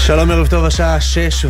שלום, ערב טוב, השעה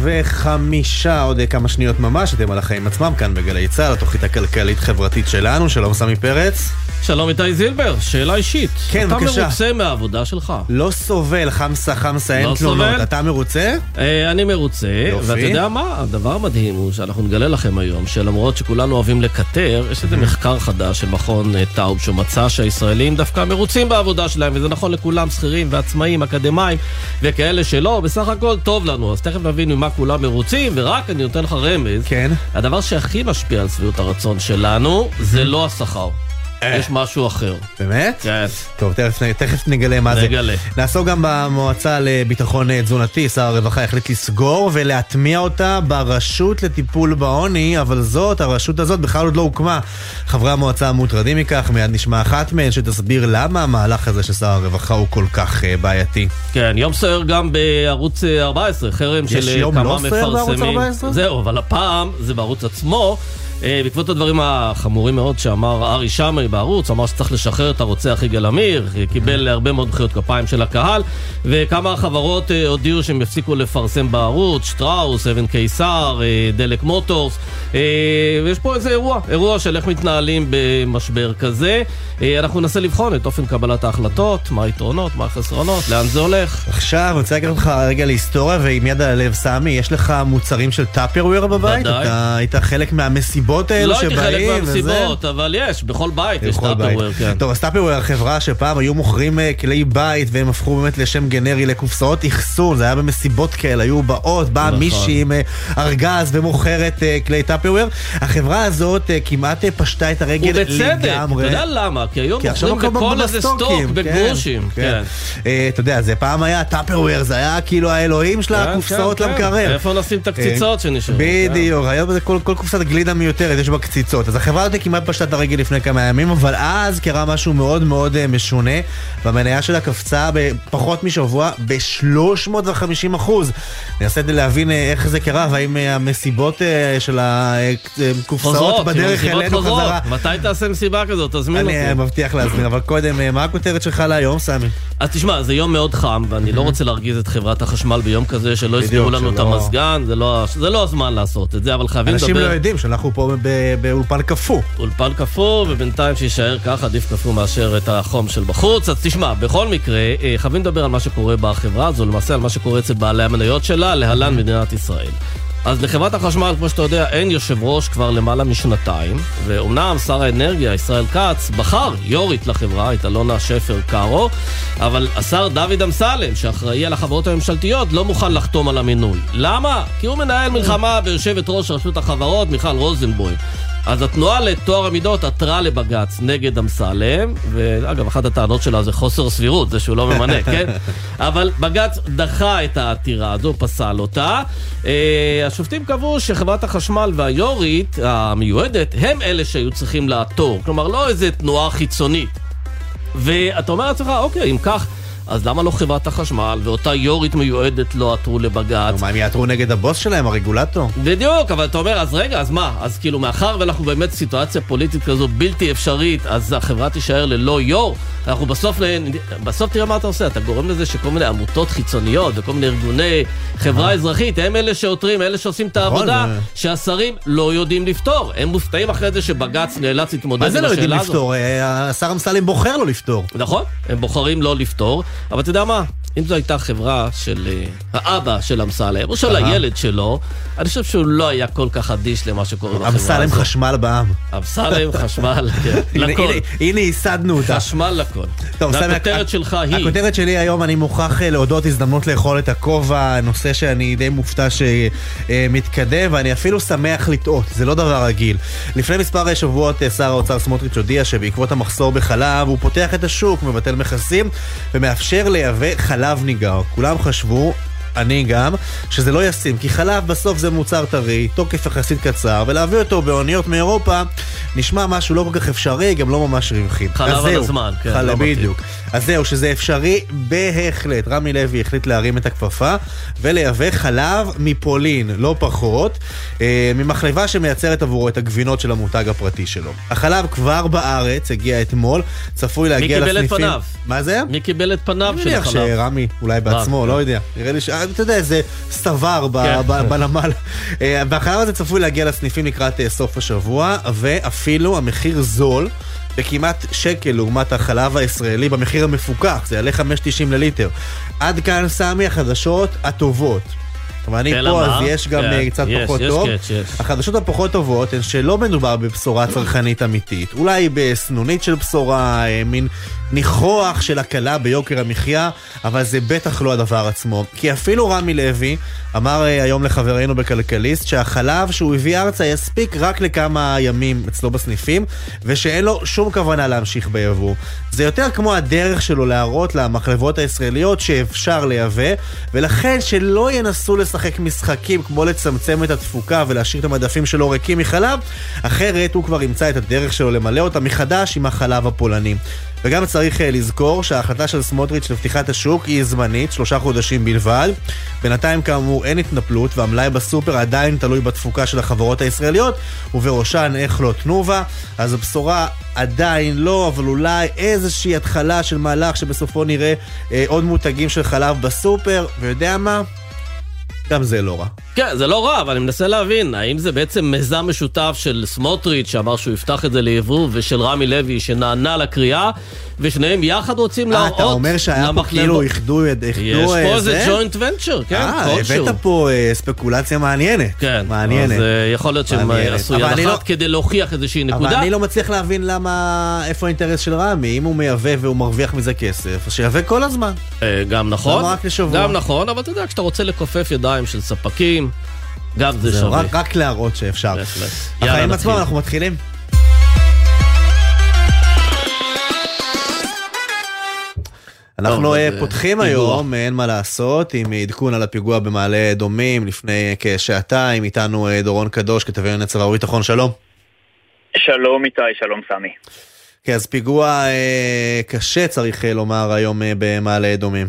6:05, עוד כמה שניות ממש, אתם על החיים עצמם כאן בגלי צה"ל, התוכנית הכלכלית חברתית שלנו. שלום סמי פרץ. שלום איתי זילבר, שאלה אישית. כן, בבקשה. אתה מרוצה מהעבודה שלך? לא סובל, חמסה, אין תלונות. אתה מרוצה? אני מרוצה, ואתה יודע מה? הדבר המדהים הוא שאנחנו נגלה לכם היום, שלמרות שכולנו אוהבים לקטר, יש איזה מחקר חדש של מכון טאוב שמצא שהישראלים דווקא מרוצים בעבודה שלהם, וזה נכון לכולם, שכירים ועצמאים, אקדמיים וכאלה שלא, בסך הכל טוב לנו. אז תכף נבין ממה כולם מרוצים, ורק אני נותן לך רמז. כן. הדבר שהכי משפיע על שביעות הרצון שלנו זה לא השכר. יש משהו אחר. באמת? כן. טוב, תכף נגלה מה זה. נגלה. נעסוק גם במועצה לביטחון תזונתי. שר הרווחה החליט לסגור ולהטמיע אותה ברשות לטיפול בעוני, אבל הרשות הזאת בכלל עוד לא הוקמה. חברי המועצה מוטרדים מכך, מיד נשמע אחת מהן שתסביר למה המהלך הזה של שר הרווחה הוא כל כך בעייתי. כן, יום סוער גם בערוץ 14, חרם של כמה מפרסמים. יש יום לא סוער בערוץ 14? זהו, אבל הפעם זה בערוץ עצמו. בעקבות הדברים החמורים מאוד שאמר ארי שמאי בערוץ, אמר שצריך לשחרר את הרוצח יגאל עמיר, קיבל הרבה מאוד מחיאות כפיים של הקהל, וכמה חברות הודיעו שהם יפסיקו לפרסם בערוץ, שטראוס, אבן קיסר, דלק מוטורס, ויש פה איזה אירוע של איך מתנהלים במשבר כזה. אנחנו ננסה לבחון את אופן קבלת ההחלטות, מה היתרונות, מה החסרונות, לאן זה הולך. עכשיו, אני רוצה להגיד לך רגע להיסטוריה, ועם יד על הלב, סמי, יש לך מוצרים של טאפרוויר בבית? אתה היית חלק מהמסיבות האלו שבאים? לא הייתי חלק מהמסיבות, אבל יש, בכל בית יש טאפרוויר, כן. טוב, אז טאפרוויר, החברה שפעם היו מוכרים כלי בית, והם הפכו באמת לשם גנרי לקופסאות אחסון, זה היה במסיבות כאלה, היו באות, באה מישהי עם ארגז ומוכרת כלי טאפרוויר. החברה הזאת כמעט פשטה את הרגל לגמרי. אתה יודע למה? כי היום מוכרים בכל איזה סטוק בגרושים. אתה יודע, זה פעם היה טאפרוויר, זה היה כאילו האלוהים של הקופסאות למקרר. איפה נשים את הקציצות שנשארו? בדיוק, היום זה כל קופסת גלידה מיותרת, יש בה קציצות. אז החברה הזאת כמעט פשטה את הרגל לפני כמה ימים, אבל אז קרה משהו מאוד מאוד משונה, והמניה שלה קפצה בפחות משבוע ב-350%. ננסה להבין איך זה קרה, והאם המסיבות של הקופסאות בדרך אלינו חזרה. מתי תעשה מסיבה כזאת? תזמין אותי. אני מבטיח להזמין, אבל קודם, מה הכותרת שלך להיום, סמי? אז תשמע, זה יום מאוד חם, ואני לא רוצה להרגיז את חברת החשמל ביום כזה, שלא יסגרו לנו את המסגן, זה לא הזמן לעשות את זה, אבל חייבים לדבר. אנשים לא יודעים שאנחנו פה באולפן קפוא. אולפן קפוא, ובינתיים שישאר ככה, עדיף קפוא מאשר את החום של בחוץ. אז תשמע, בכל מקרה, חייבים לדבר על מה שקורה בחברה הזו, למעשה על מה שקורה אצל בעלי המניות שלה, להלן מדינת ישראל. אז לחברת החשמל, כמו שאתה יודע, אין יושב ראש כבר למעלה משנתיים, ואומנם שר האנרגיה, ישראל כץ, בחר יורית לחברה, את אלונה שפר קארו, אבל השר דוד אמסלם, שאחראי על החברות הממשלתיות, לא מוכן לחתום על המינוי. למה? כי הוא מנהל מלחמה ביושבת ראש רשות החברות, מיכל רוזנבוים. אז התנועה לתואר המידות עתרה לבגץ נגד אמסלם, ואגב, אחת הטענות שלה זה חוסר סבירות, זה שהוא לא ממנה, כן? אבל בגץ דחה את העתירה הזו, פסל אותה. השופטים קבעו שחברת החשמל והיורית המיועדת הם אלה שהיו צריכים לעתור, כלומר לא איזה תנועה חיצונית. ואתה אומר לעצמך, אוקיי, אם כך, אז למה לא חברת החשמל ואותה יורית מיועדת לא עתרו לבגץ? מה, הם יעתרו נגד הבוס שלהם, הרגולטור? בדיוק, אבל אתה אומר, אז רגע, אז מה? אז כאילו, מאחר ואנחנו באמת סיטואציה פוליטית כזו בלתי אפשרית, אז החברה תישאר ללא יור. אנחנו בסוף תראה מה אתה עושה, אתה גורם לזה שכל מיני עמותות חיצוניות וכל מיני ארגוני חברה אזרחית, הם אלה שעותרים, אלה שעושים את העבודה, שהשרים לא יודעים לפתור. הם מופתעים אחרי זה שבגץ נאלץ להתמודד עם השאלה הזו. מה זה לא יודעים לפתור? השר אמסלם בוחר לא לפתור. נכון, הם בוחרים לא לפתור. אבל אתה יודע מה? אם זו הייתה חברה של האבא של אמסלם, או של הילד שלו, אני חושב שהוא לא היה כל כך אדיש למה שקורה בחברה הזאת. אמסלם חשמל בעם. אמסלם חשמל, לכל. הנה, ייסדנו אותה. חשמל לכל. והכותרת שלך היא? הכותרת שלי היום, אני מוכרח להודות הזדמנות לאכול את הכובע, נושא שאני די מופתע שמתקדם, ואני אפילו שמח לטעות, זה לא דבר רגיל. לפני מספר שבועות שר האוצר סמוטריץ' הודיע שבעקבות המחסור בחלב, הוא פותח את השוק, מבטל מכסים, ומאפשר לייבא חלב ניגר. כולם חשבו, אני גם, שזה לא ישים, כי חלב בסוף זה מוצר טרי, תוקף יחסית קצר, ולהביא אותו באוניות מאירופה נשמע משהו לא כל כך אפשרי, גם לא ממש רווחי. חלב על הזמן, כן. חלב בדיוק. אז זהו, שזה אפשרי בהחלט. רמי לוי החליט להרים את הכפפה ולייבא חלב מפולין, לא פחות, ממחלבה שמייצרת עבורו את הגבינות של המותג הפרטי שלו. החלב כבר בארץ, הגיע אתמול, צפוי להגיע לסניפים. מי קיבל את פניו? מה זה? מי קיבל את פניו של החלב? אני מניח שרמי, אולי בעצמו, לא יודע. נראה לי אתה יודע, איזה סבר בנמל. והחלב הזה צפוי להגיע לסניפים לקראת סוף השבוע, ואפילו המחיר זול, בכמעט שקל לעומת החלב הישראלי במחיר המפוקח, זה יעלה 5.90 לליטר. עד כאן סמי החדשות הטובות. ואני פה, אז יש גם קצת פחות טוב. החדשות הפחות טובות הן שלא מדובר בבשורה צרכנית אמיתית. אולי בסנונית של בשורה, מין ניחוח של הקלה ביוקר המחיה, אבל זה בטח לא הדבר עצמו. כי אפילו רמי לוי אמר היום לחברינו בכלכליסט שהחלב שהוא הביא ארצה יספיק רק לכמה ימים אצלו בסניפים, ושאין לו שום כוונה להמשיך ביבוא. זה יותר כמו הדרך שלו להראות למחלבות הישראליות שאפשר לייבא, ולכן שלא ינסו לשחק משחקים כמו לצמצם את התפוקה ולהשאיר את המדפים שלו ריקים מחלב, אחרת הוא כבר ימצא את הדרך שלו למלא אותה מחדש עם החלב הפולני. וגם צריך לזכור שההחלטה של סמוטריץ' לפתיחת השוק היא זמנית, 3 חודשים בלבד. בינתיים כאמור אין התנפלות, והמלאי בסופר עדיין תלוי בתפוקה של החברות הישראליות, ובראשן איך לא תנובה. אז הבשורה עדיין לא, אבל אולי איזושהי התחלה של מהלך שבסופו נראה עוד מותגים של חלב בסופר, ויודע מה? גם זה לא רע. כן, זה לא רע, אבל אני מנסה להבין, האם זה בעצם מיזם משותף של סמוטריץ' שאמר שהוא יפתח את זה ליבוא, ושל רמי לוי שנענה לקריאה, ושניהם יחד רוצים להראות אתה אומר שהיה פה כאילו איחדו יש פה איזה ג'וינט ונצ'ר, כן, כלשהו. הבאת פה ספקולציה מעניינת. כן, אז יכול להיות שהם עשו יד אחת כדי להוכיח איזושהי נקודה. אבל אני לא מצליח להבין איפה האינטרס של רמי, אם הוא מייבא והוא מרוויח מזה כסף, אז שיייבא כל הזמן. גם נכון, גם נכון, אבל אתה יודע, כשאתה רוצה לכופף ידיים של ספקים, גם זה שווה. רק להראות שאפשר. החיים עצמם, אנחנו מתחילים. אנחנו פותחים היום, אין מה לעשות, עם עדכון על הפיגוע במעלה אדומים לפני כשעתיים, איתנו דורון קדוש, כתבי עניין צבא וביטחון, שלום. שלום איתי, שלום סמי. כן, אז פיגוע קשה צריך לומר היום במעלה אדומים.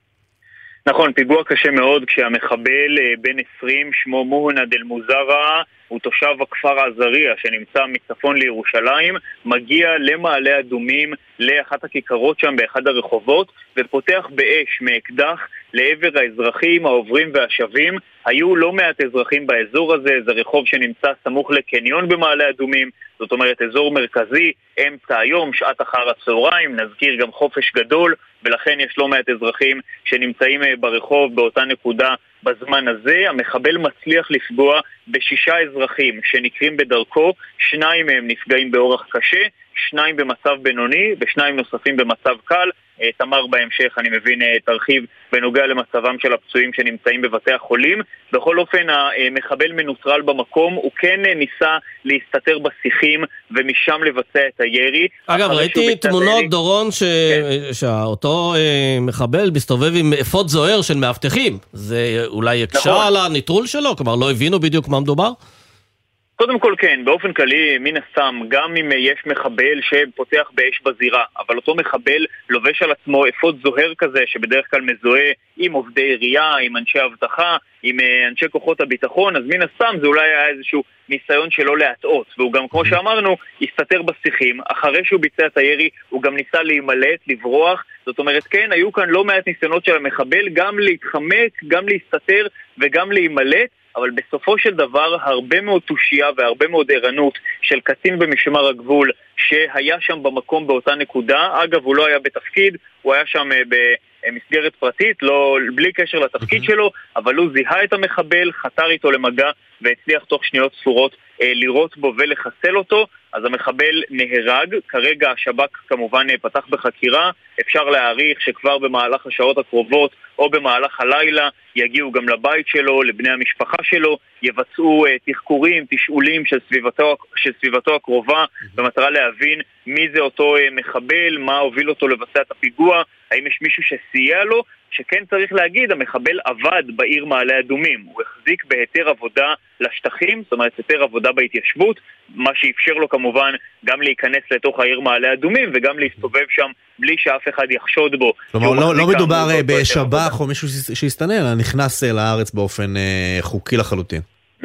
נכון, פיגוע קשה מאוד כשהמחבל בן 20 שמו מוהנד אל מוזרה, הוא תושב הכפר עזריה שנמצא מצפון לירושלים, מגיע למעלה אדומים לאחת הכיכרות שם באחד הרחובות ופותח באש מאקדח לעבר האזרחים העוברים והשבים. היו לא מעט אזרחים באזור הזה, זה רחוב שנמצא סמוך לקניון במעלה אדומים, זאת אומרת אזור מרכזי, אמצע היום, שעת אחר הצהריים, נזכיר גם חופש גדול, ולכן יש לא מעט אזרחים שנמצאים ברחוב באותה נקודה בזמן הזה. המחבל מצליח לפגוע ב6 אזרחים שנקרים בדרכו, 2 מהם נפגעים באורח קשה, 2 במצב בינוני ו2 נוספים במצב קל. תמר בהמשך אני מבין תרחיב בנוגע למצבם של הפצועים שנמצאים בבתי החולים. בכל אופן המחבל מנוטרל במקום, הוא כן ניסה להסתתר בשיחים ומשם לבצע את הירי. אגב, ראיתי תמונות דורון שאותו מחבל מסתובב עם אפוד זוהר של מאבטחים, זה אולי יקשה על הניטרול שלו? כלומר לא הבינו בדיוק מה מדובר? קודם כל כן, באופן כללי, מן הסתם, גם אם יש מחבל שפותח באש בזירה, אבל אותו מחבל לובש על עצמו אפוד זוהר כזה, שבדרך כלל מזוהה עם עובדי עירייה, עם אנשי אבטחה, עם אנשי כוחות הביטחון, אז מן הסתם זה אולי היה איזשהו ניסיון שלא להטעות, והוא גם, כמו שאמרנו, הסתתר בשיחים. אחרי שהוא ביצע את הירי, הוא גם ניסה להימלט, לברוח. זאת אומרת, כן, היו כאן לא מעט ניסיונות של המחבל, גם להתחמק, גם להסתתר וגם להימלט, אבל בסופו של דבר הרבה מאוד תושייה והרבה מאוד ערנות של קצין במשמר הגבול שהיה שם במקום באותה נקודה. אגב, הוא לא היה בתפקיד, הוא היה שם במסגרת פרטית, לא, בלי קשר לתפקיד שלו, אבל הוא זיהה את המחבל, חתר איתו למגע והצליח תוך שניות ספורות לירות בו ולחסל אותו. אז המחבל נהרג, כרגע השב"כ כמובן פתח בחקירה, אפשר להעריך שכבר במהלך השעות הקרובות או במהלך הלילה יגיעו גם לבית שלו, לבני המשפחה שלו, יבצעו תחקורים, תשאולים של סביבתו הקרובה, במטרה להבין מי זה אותו מחבל, מה הוביל אותו לבצע את הפיגוע, האם יש מישהו שסייע לו. שכן צריך להגיד, המחבל עבד בעיר מעלה אדומים, הוא החזיק בהיתר עבודה לשטחים, זאת אומרת היתר עבודה בהתיישבות, מה שאפשר לו כמובן גם להיכנס לתוך העיר מעלה אדומים וגם להסתובב שם בלי שאף אחד יחשוד בו. כלומר, לא מדובר בשב"ח או מישהו שהסתנן, אלא נכנס לארץ באופן חוקי לחלוטין.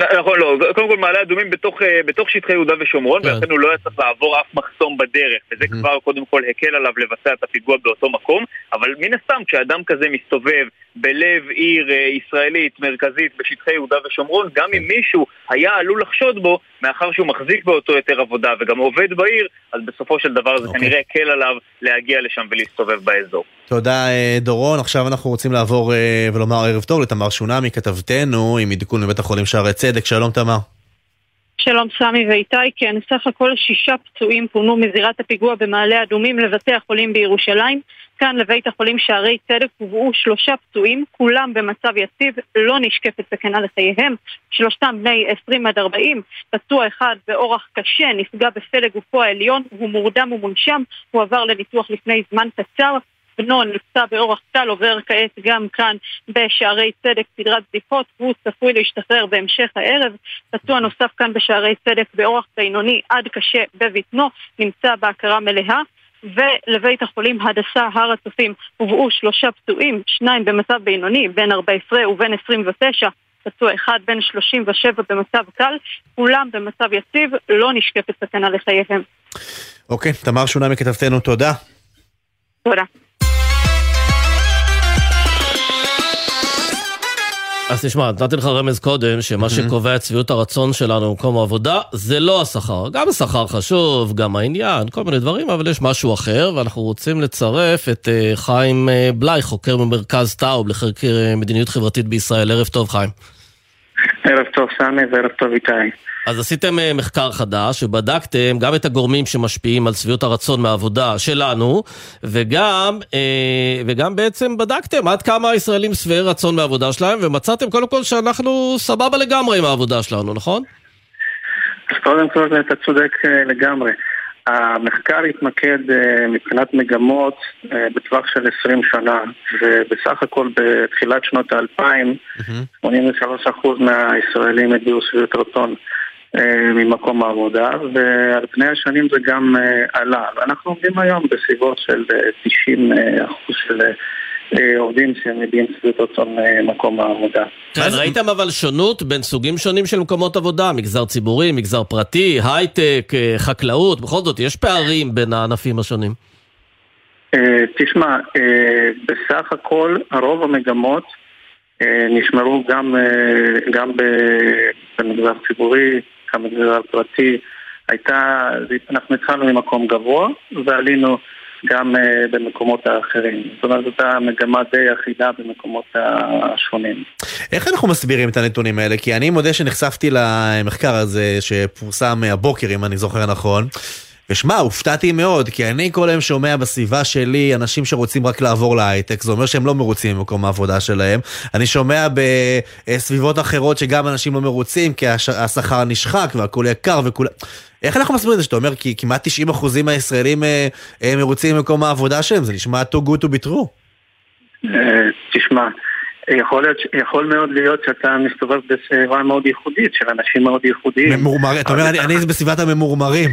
נכון, לא. קודם כל מעלה אדומים בתוך שטחי יהודה ושומרון, ולכן הוא לא היה צריך לעבור אף מחסום בדרך, וזה כבר קודם כל הקל עליו לבצע את הפיגוע באותו מקום, אבל מן הסתם כשאדם כזה מסתובב בלב עיר ישראלית מרכזית בשטחי יהודה ושומרון, גם אם מישהו היה עלול לחשוד בו, מאחר שהוא מחזיק באותו יותר עבודה וגם עובד בעיר, אז בסופו של דבר זה כנראה הקל עליו להגיע לשם ולהסתובב באזור. תודה דורון. עכשיו אנחנו רוצים לעבור ולומר ערב טוב לתמר שונמי, כתבתנו עם עדכון מבית החולים שערי צדק. שלום תמר. שלום סמי ואיתי. כן, סך הכל 6 פצועים פונו מזירת הפיגוע במעלה אדומים לבתי החולים בירושלים. כאן לבית החולים שערי צדק הובאו 3 פצועים, כולם במצב יציב, לא נשקפת סכנה לחייהם. 3 בני 20 עד 40, פצוע אחד באורח קשה, נפגע בפלג גופו העליון, הוא מורדם ומונשם, הוא עבר לניתוח לפני זמן קצר. בנו נפצע באורח קל, עובר כעת גם כאן בשערי צדק סדרת בדיקות, הוא צפוי להשתחרר בהמשך הערב. פצוע נוסף כאן בשערי צדק באורח בינוני עד קשה בבטנו, נמצא בהכרה מלאה. ולבית החולים הדסה הר הצופים הובאו 3 פצועים, 2 במצב בינוני, בין 14 ובין 29, פצוע אחד בין 37 במצב קל, כולם במצב יציב, לא נשקפת סכנה לחייהם. אוקיי, תמר שונמי כתבתנו, תודה. תודה. אז תשמע, נתתי לך רמז קודם, שמה שקובע את צביעות הרצון שלנו במקום העבודה, זה לא השכר. גם השכר חשוב, גם העניין, כל מיני דברים, אבל יש משהו אחר, ואנחנו רוצים לצרף את חיים בלאי, חוקר במרכז טאוב, לחקר מדיניות חברתית בישראל. ערב טוב, חיים. ערב טוב, סמי, וערב טוב, איתי. אז עשיתם מחקר חדש, שבדקתם גם את הגורמים שמשפיעים על צביעות הרצון מהעבודה שלנו, וגם בעצם בדקתם עד כמה הישראלים שבעי רצון מהעבודה שלהם, ומצאתם קודם כל שאנחנו סבבה לגמרי עם העבודה שלנו, נכון? אז קודם כל אתה צודק לגמרי. המחקר התמקד מבחינת מגמות בטווח של 20 שנה, ובסך הכל בתחילת שנות ה-2000, 83% מהישראלים הביעו שביעות רצון ממקום העבודה, ועל פני השנים זה גם עלה. ואנחנו עומדים היום בסביבות של 90% של עובדים שמביעים שביעות רצון ממקום העבודה. אז ראיתם אבל שונות בין סוגים שונים של מקומות עבודה, מגזר ציבורי, מגזר פרטי, הייטק, חקלאות, בכל זאת יש פערים בין הענפים השונים? תשמע, בסך הכל הרוב המגמות נשמרו גם במגזר ציבורי, גם במגזר פרטי. אנחנו התחלנו ממקום גבוה ועלינו גם במקומות האחרים. זאת אומרת, זאת המגמה די אחידה במקומות השונים. איך אנחנו מסבירים את הנתונים האלה? כי אני מודה שנחשפתי למחקר הזה שפורסם הבוקר, אם אני זוכר נכון, ושמע, הופתעתי מאוד, כי אני כל היום שומע בסביבה שלי אנשים שרוצים רק לעבור להייטק, זה אומר שהם לא מרוצים במקום העבודה שלהם. אני שומע בסביבות אחרות שגם אנשים לא מרוצים, כי השכר נשחק והכל יקר וכו'. איך אנחנו מסבירים את זה שאתה אומר, כי כמעט 90% מהישראלים מרוצים במקום העבודה שלהם? זה נשמע too good to be true. תשמע, יכול מאוד להיות שאתה מסתובב בסביבה מאוד ייחודית, של אנשים מאוד ייחודיים. אתה אומר, אני בסביבת הממורמרים.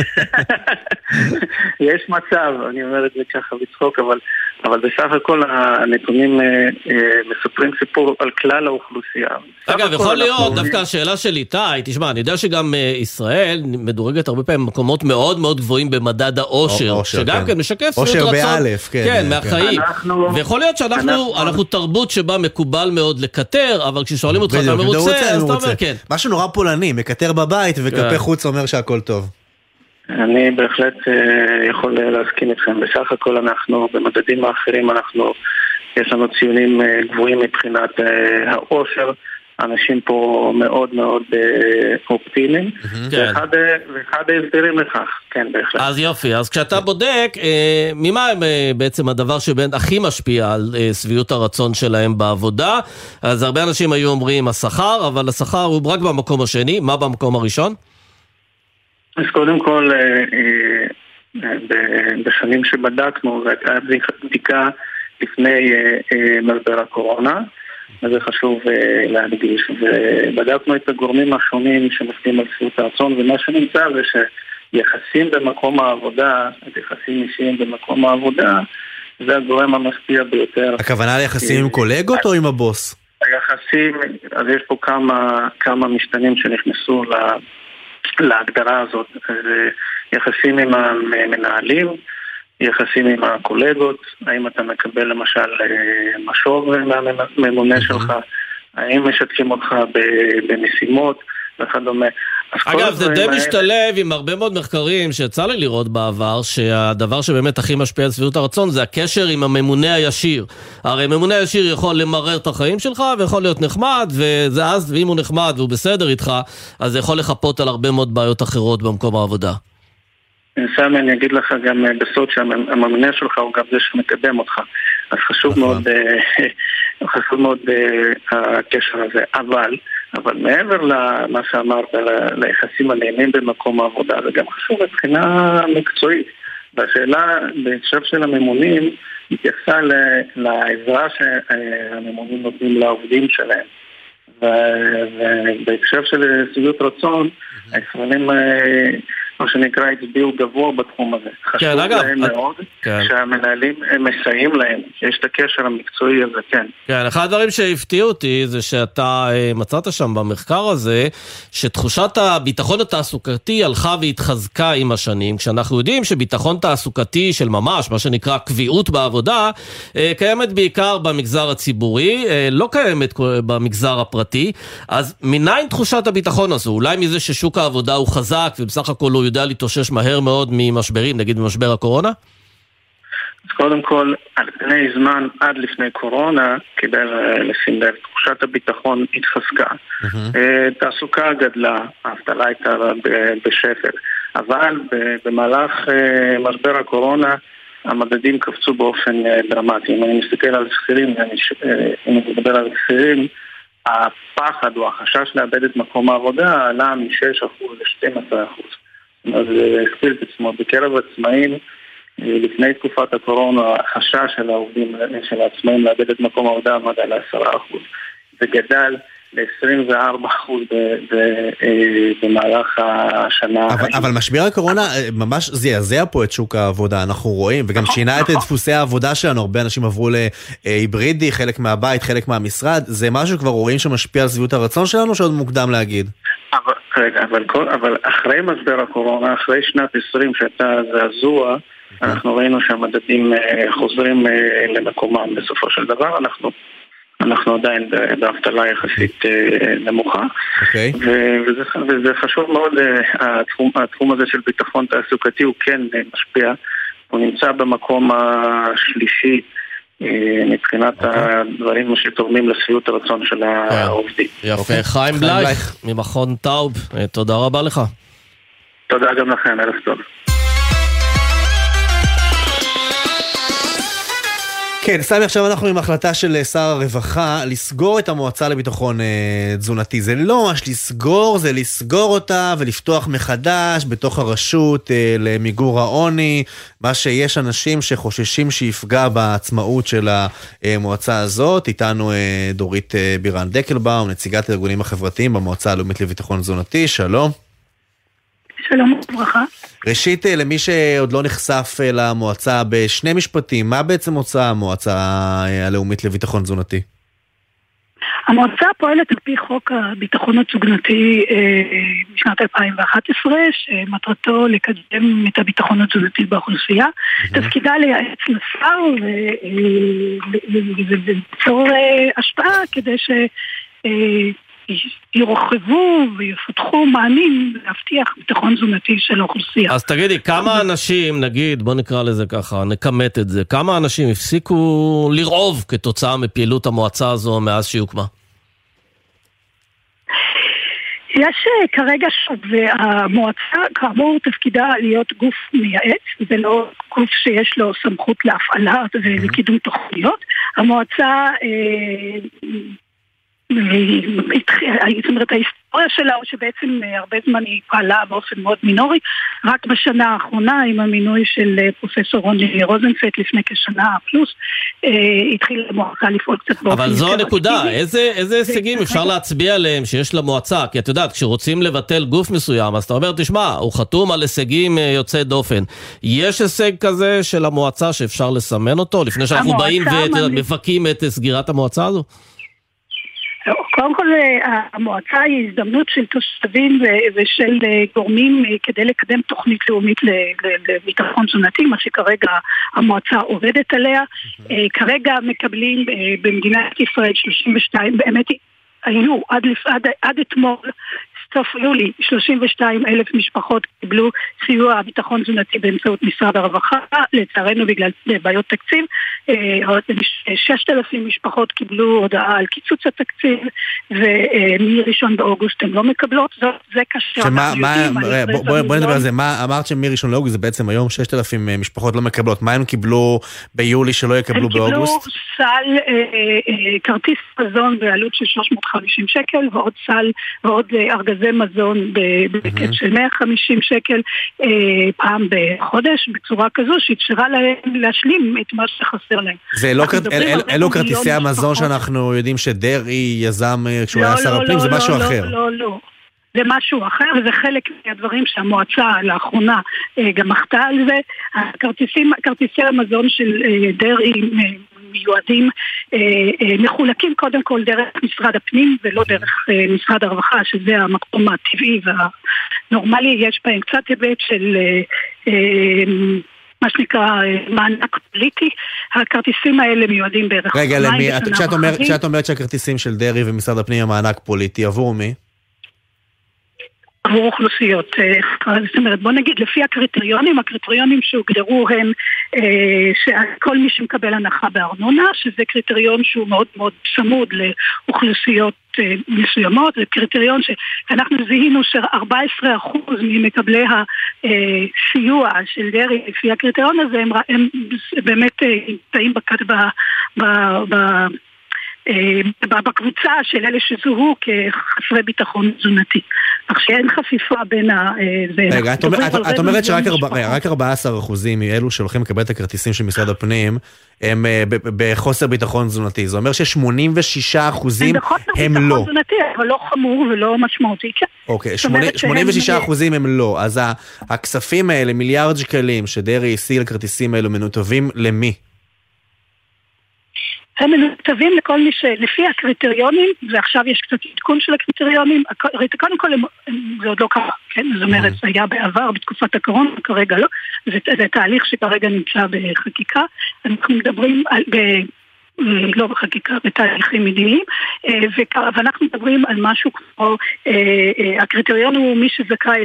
יש מצב, אני אומר את זה ככה בצחוק, אבל בסך הכל הנתונים מספרים סיפור על כלל האוכלוסייה. אגב, יכול להיות, דווקא השאלה של איתי, תשמע, אני יודע שגם ישראל מדורגת הרבה פעמים במקומות מאוד מאוד גבוהים במדד האושר, שגם כן משקף שביעות רצון, כן, מהחיים. ויכול להיות שאנחנו תרבות שבה מקובל מאוד לקטר, אבל כששואלים אותך אתה מרוצה, אז אתה אומר כן. משהו נורא פולני, מקטר בבית וכלפי חוץ אומר שהכל טוב. אני בהחלט יכול להסכים איתכם. בסך הכל אנחנו, במדדים האחרים, יש לנו ציונים גבוהים מבחינת האושר. אנשים פה מאוד מאוד אופטימיים, ואחד ההסברים לכך, כן, בהחלט. אז יופי, אז כשאתה בודק, ממה בעצם הדבר שבאמת הכי משפיע על שביעות הרצון שלהם בעבודה? אז הרבה אנשים היו אומרים השכר, אבל השכר הוא רק במקום השני, מה במקום הראשון? אז קודם כל, בשנים שבדקנו, והייתה בדיקה לפני משבר הקורונה, אז זה חשוב להדגיש, ובדקנו את הגורמים השונים שמשפיעים על שביעות הרצון, ומה שנמצא זה שיחסים במקום העבודה, יחסים אישיים במקום העבודה, זה הגורם המשפיע ביותר. הכוונה ליחסים עם קולגות או עם הבוס? היחסים, אז יש פה כמה משתנים שנכנסו להגדרה הזאת. יחסים עם המנהלים, יחסים עם הקולגות, האם אתה מקבל למשל משוב מהממונה שלך, האם משתקים אותך במשימות וכדומה. אגב, זה די משתלב עם הרבה מאוד מחקרים שיצא לי לראות בעבר, שהדבר שבאמת הכי משפיע על שביעות הרצון זה הקשר עם הממונה הישיר. הרי ממונה הישיר יכול למרר את החיים שלך ויכול להיות נחמד, ואם הוא נחמד והוא בסדר איתך, אז זה יכול לחפות על הרבה מאוד בעיות אחרות במקום העבודה. סמי, אני אגיד לך גם בסוד שהממונה שלך הוא גם זה שמקדם אותך, אז חשוב מאוד הקשר הזה, אבל מעבר למה שאמרת, ליחסים הנעימים במקום העבודה, זה גם חשוב מבחינה מקצועית. והשאלה בהקשר של הממונים מתייחסה לעזרה שהממונים נותנים לעובדים שלהם. ובהקשר של שביעות רצון, הישראלים, מה שנקרא, הצביעו גבוה בתחום הזה. חשוב להם מאוד שהמנהלים מסייעים להם, יש את הקשר המקצועי הזה, כן. כן, אחד הדברים שהפתיעו אותי זה שאתה מצאת שם במחקר הזה, שתחושת הביטחון התעסוקתי הלכה והתחזקה עם השנים, כשאנחנו יודעים שביטחון תעסוקתי של ממש, מה שנקרא קביעות בעבודה, קיימת בעיקר במגזר הציבורי, לא קיימת במגזר הפרטי, אז מניין תחושת הביטחון הזו? אולי מזה ששוק העבודה הוא חזק ובסך הכל הוא יודע להתאושש מהר מאוד ממשברים, נגיד במשבר הקורונה? אז קודם כל, על פני זמן עד לפני קורונה, כדי לשים לב, תחושת הביטחון התחזקה. תעסוקה גדלה, האבטלה הייתה בשפל. אבל במהלך משבר הקורונה, המדדים קפצו באופן דרמטי. אם אני מסתכל על שכירים, אם אני מדבר על שכירים, הפחד או החשש לאבד את מקום העבודה עלה מ-6% ל-12%. אז הכפיל את עצמו. בקרב עצמאים, לפני תקופת הקורונה, החשש של העובדים, של העצמאים לאבד את מקום העבודה עמד על 10%. זה גדל ל-24% במהלך השנה. אבל משבר הקורונה ממש זעזע פה את שוק העבודה, אנחנו רואים, וגם שינה את דפוסי העבודה שלנו. הרבה אנשים עברו להיברידי, חלק מהבית, חלק מהמשרד. זה משהו כבר רואים שמשפיע על שביעות הרצון שלנו, שעוד מוקדם להגיד? אבל אחרי משבר הקורונה, אחרי שנת 20 שהייתה זעזוע, אנחנו ראינו שהמדדים חוזרים למקומם בסופו של דבר. אנחנו עדיין באבטלה יחסית נמוכה, וזה חשוב מאוד. התחום הזה של ביטחון תעסוקתי הוא כן משפיע, הוא נמצא במקום השלישי מבחינת הדברים שתורמים לשביעות הרצון של העובדים. יפה, חיים בלייך ממכון טאוב, תודה רבה לך. תודה גם לכם, ערב טוב. כן, סמי, עכשיו אנחנו עם החלטה של שר הרווחה לסגור את המועצה לביטחון תזונתי. זה לא ממש לסגור, זה לסגור אותה ולפתוח מחדש בתוך הרשות למיגור העוני, מה שיש אנשים שחוששים שיפגע בעצמאות של המועצה הזאת. איתנו דורית בירן דקלבאום, נציגת הארגונים החברתיים במועצה הלאומית לביטחון תזונתי. שלום. שלום וברכה. ראשית, למי שעוד לא נחשף למועצה, בשני משפטים, מה בעצם רוצה המועצה הלאומית לביטחון תזונתי? המועצה פועלת על פי חוק הביטחון התזונתי משנת 2011, שמטרתו לקדם את הביטחון התזונתי באוכלוסייה. תפקידה לייעץ לשר וליצור השפעה כדי ירחבו ויפתחו מענים להבטיח ביטחון תזונתי של האוכלוסייה. אז תגידי, כמה אנשים, נגיד, בוא נקרא לזה ככה, נכמת את זה, כמה אנשים הפסיקו לרעוב כתוצאה מפעילות המועצה הזו מאז שהיא הוקמה? יש כרגע שוב, והמועצה כאמור תפקידה להיות גוף מייעץ, זה לא גוף שיש לו סמכות להפעלה ולקידום תוכניות. המועצה זאת אומרת, ההיסטוריה שלה הוא שבעצם הרבה זמן היא פעלה באופן מאוד מינורי, רק בשנה האחרונה עם המינוי של פרופסור רוני רוזנפלד לפני כשנה פלוס, התחילה המועצה לפעול קצת באופן. אבל זו הנקודה, איזה הישגים אפשר להצביע עליהם שיש למועצה? כי את יודעת, כשרוצים לבטל גוף מסוים, אז אתה אומר, תשמע, הוא חתום על הישגים יוצאי דופן. יש הישג כזה של המועצה שאפשר לסמן אותו, לפני שאנחנו באים ומבקים את סגירת המועצה הזו? קודם כל, המועצה היא הזדמנות של תושבים ושל גורמים כדי לקדם תוכנית לאומית לביטחון תזונתי, מה שכרגע המועצה עובדת עליה. כרגע מקבלים במדינת ישראל 32, באמת היו עד אתמול, סוף יולי, 32,000 משפחות קיבלו סיוע ביטחון תזונתי באמצעות משרד הרווחה, לצערנו בגלל בעיות תקציב, 6,000 משפחות קיבלו הודעה על קיצוץ התקציב, ומ-1 באוגוסט הן לא מקבלות, זה קשה. בואי נדבר על זה, אמרת שמ-1 לאוגוסט זה בעצם היום 6,000 משפחות לא מקבלות, מה הם קיבלו ביולי שלא יקבלו באוגוסט? הם קיבלו סל כרטיס מזון בעלות של 350 שקל, ועוד סל ועוד ארגזי מזון בהיקף של 150 שקל פעם בחודש, בצורה כזו שאפשרה להם להשלים את מה שחסר להם. זה אלו כרטיסי המזון שאנחנו יודעים שדרעי יזם כשהוא היה שר הפנים, זה משהו אחר. לא. זה משהו אחר, וזה חלק מהדברים שהמועצה לאחרונה גם מחתה על זה. כרטיסי המזון של דרעי מיועדים, מחולקים קודם כל דרך משרד הפנים ולא דרך משרד הרווחה, שזה המקום הטבעי והנורמלי. יש בהם קצת היבט של מה שנקרא מענק פוליטי. הכרטיסים האלה מיועדים בערך... רגע, כשאת אומרת שהכרטיסים של דרעי ומשרד הפנים המענק פוליטי, עבור מי? עבור אוכלוסיות. זאת אומרת, בוא נגיד, לפי הקריטריונים שהוגדרו הם שכל מי שמקבל הנחה בארנונה, שזה קריטריון שהוא מאוד מאוד צמוד לאוכלוסיות מסוימות, זה קריטריון שאנחנו זיהינו ש14% ממקבלי הסיוע של דרעי לפי הקריטריון הזה, הם באמת נמצאים בקבוצה של אלה שזוהו כחסרי ביטחון תזונתי. אך שאין חפיפה בין רגע, את אומרת שרק 14% מאלו שהולכים לקבל את הכרטיסים של משרד הפנים הם בחוסר ביטחון תזונתי. זה אומר ש86% הם לא. תזונתי, אבל לא חמור ולא משמעותי. אוקיי, 86% הם לא. אז הכספים האלה, מיליארד שקלים שדרעי השיג לכרטיסים האלו, מנותבים למי? הם מנותבים לכל מי שלפי הקריטריונים, ועכשיו יש קצת עדכון של הקריטריונים, קודם כל זה עוד לא קרה, כן? זאת אומרת, זה היה בעבר, בתקופת הקורונה, כרגע לא, זה תהליך שכרגע נמצא בחקיקה, אנחנו מדברים לא בחקיקה, בתהליכים מדיניים, ואנחנו מדברים על משהו כמו, הקריטריון הוא מי שזכאי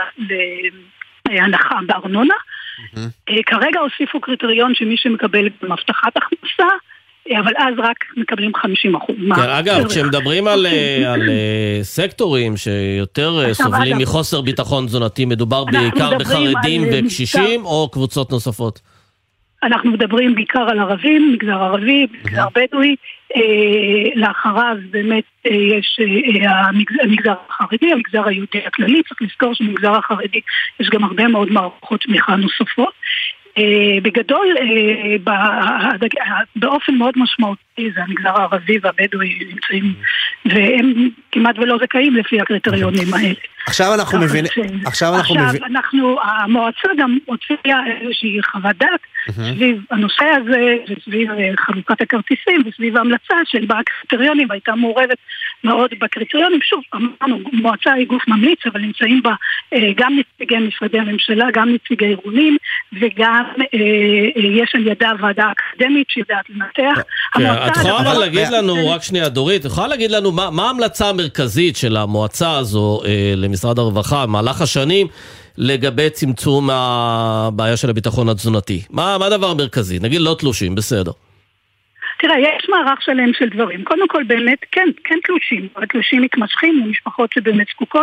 להנחה בארנונה, כרגע הוסיפו קריטריון שמי שמקבל בהבטחת הכנסה, אבל אז רק מקבלים 50%. כן, אגב, כשמדברים על סקטורים שיותר סובלים מחוסר ביטחון תזונתי, מדובר בעיקר בחרדים וקשישים או קבוצות נוספות? אנחנו מדברים בעיקר על ערבים, מגזר ערבי, מגזר בדואי, לאחריו באמת יש המגזר החרדי, המגזר היהודי הכללי, צריך לזכור שבמגזר החרדי יש גם הרבה מאוד מערכות תמיכה נוספות. בגדול, באופן מאוד משמעותי, זה המגזר הערבי והבדואי נמצאים, והם כמעט ולא זכאים לפי הקריטריונים האלה. עכשיו אנחנו מבינים... עכשיו המועצה גם הוציאה איזושהי חוות דעת סביב הנושא הזה, וסביב חלוקת הכרטיסים, וסביב ההמלצה של הקריטריונים, והייתה מעורבת מאוד בקריטריונים. שוב, אמרנו, מועצה היא גוף ממליץ, אבל נמצאים בה גם נציגי משרדי הממשלה, גם נציגי ארגונים, וגם יש על ידה ועדה אקדמית שיודעת לנתח. את יכולה להגיד לנו, רק שנייה דורית, יכולה להגיד לנו מה ההמלצה המרכזית של המועצה הזו למשרד הרווחה במהלך השנים לגבי צמצום הבעיה של הביטחון התזונתי? מה הדבר המרכזי? נגיד לא תלושים, בסדר. תראה, יש מערך שלם של דברים. קודם כל, באמת, כן תלושים. תלושים מתמשכים למשפחות שבאמת זקוקות.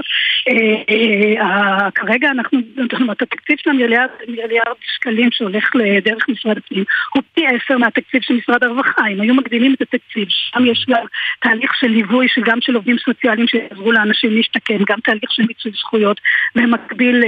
כרגע אנחנו, את התקציב של מיליארד שקלים שהולך לדרך משרד הפנים, הוא פי 10 מהתקציב של משרד הרווחה. אם היו מגדילים את התקציב, שם יש גם תהליך של ליווי, גם של עובדים סוציאליים שיעזרו לאנשים להשתקם, גם תהליך של מיצוי זכויות, במקביל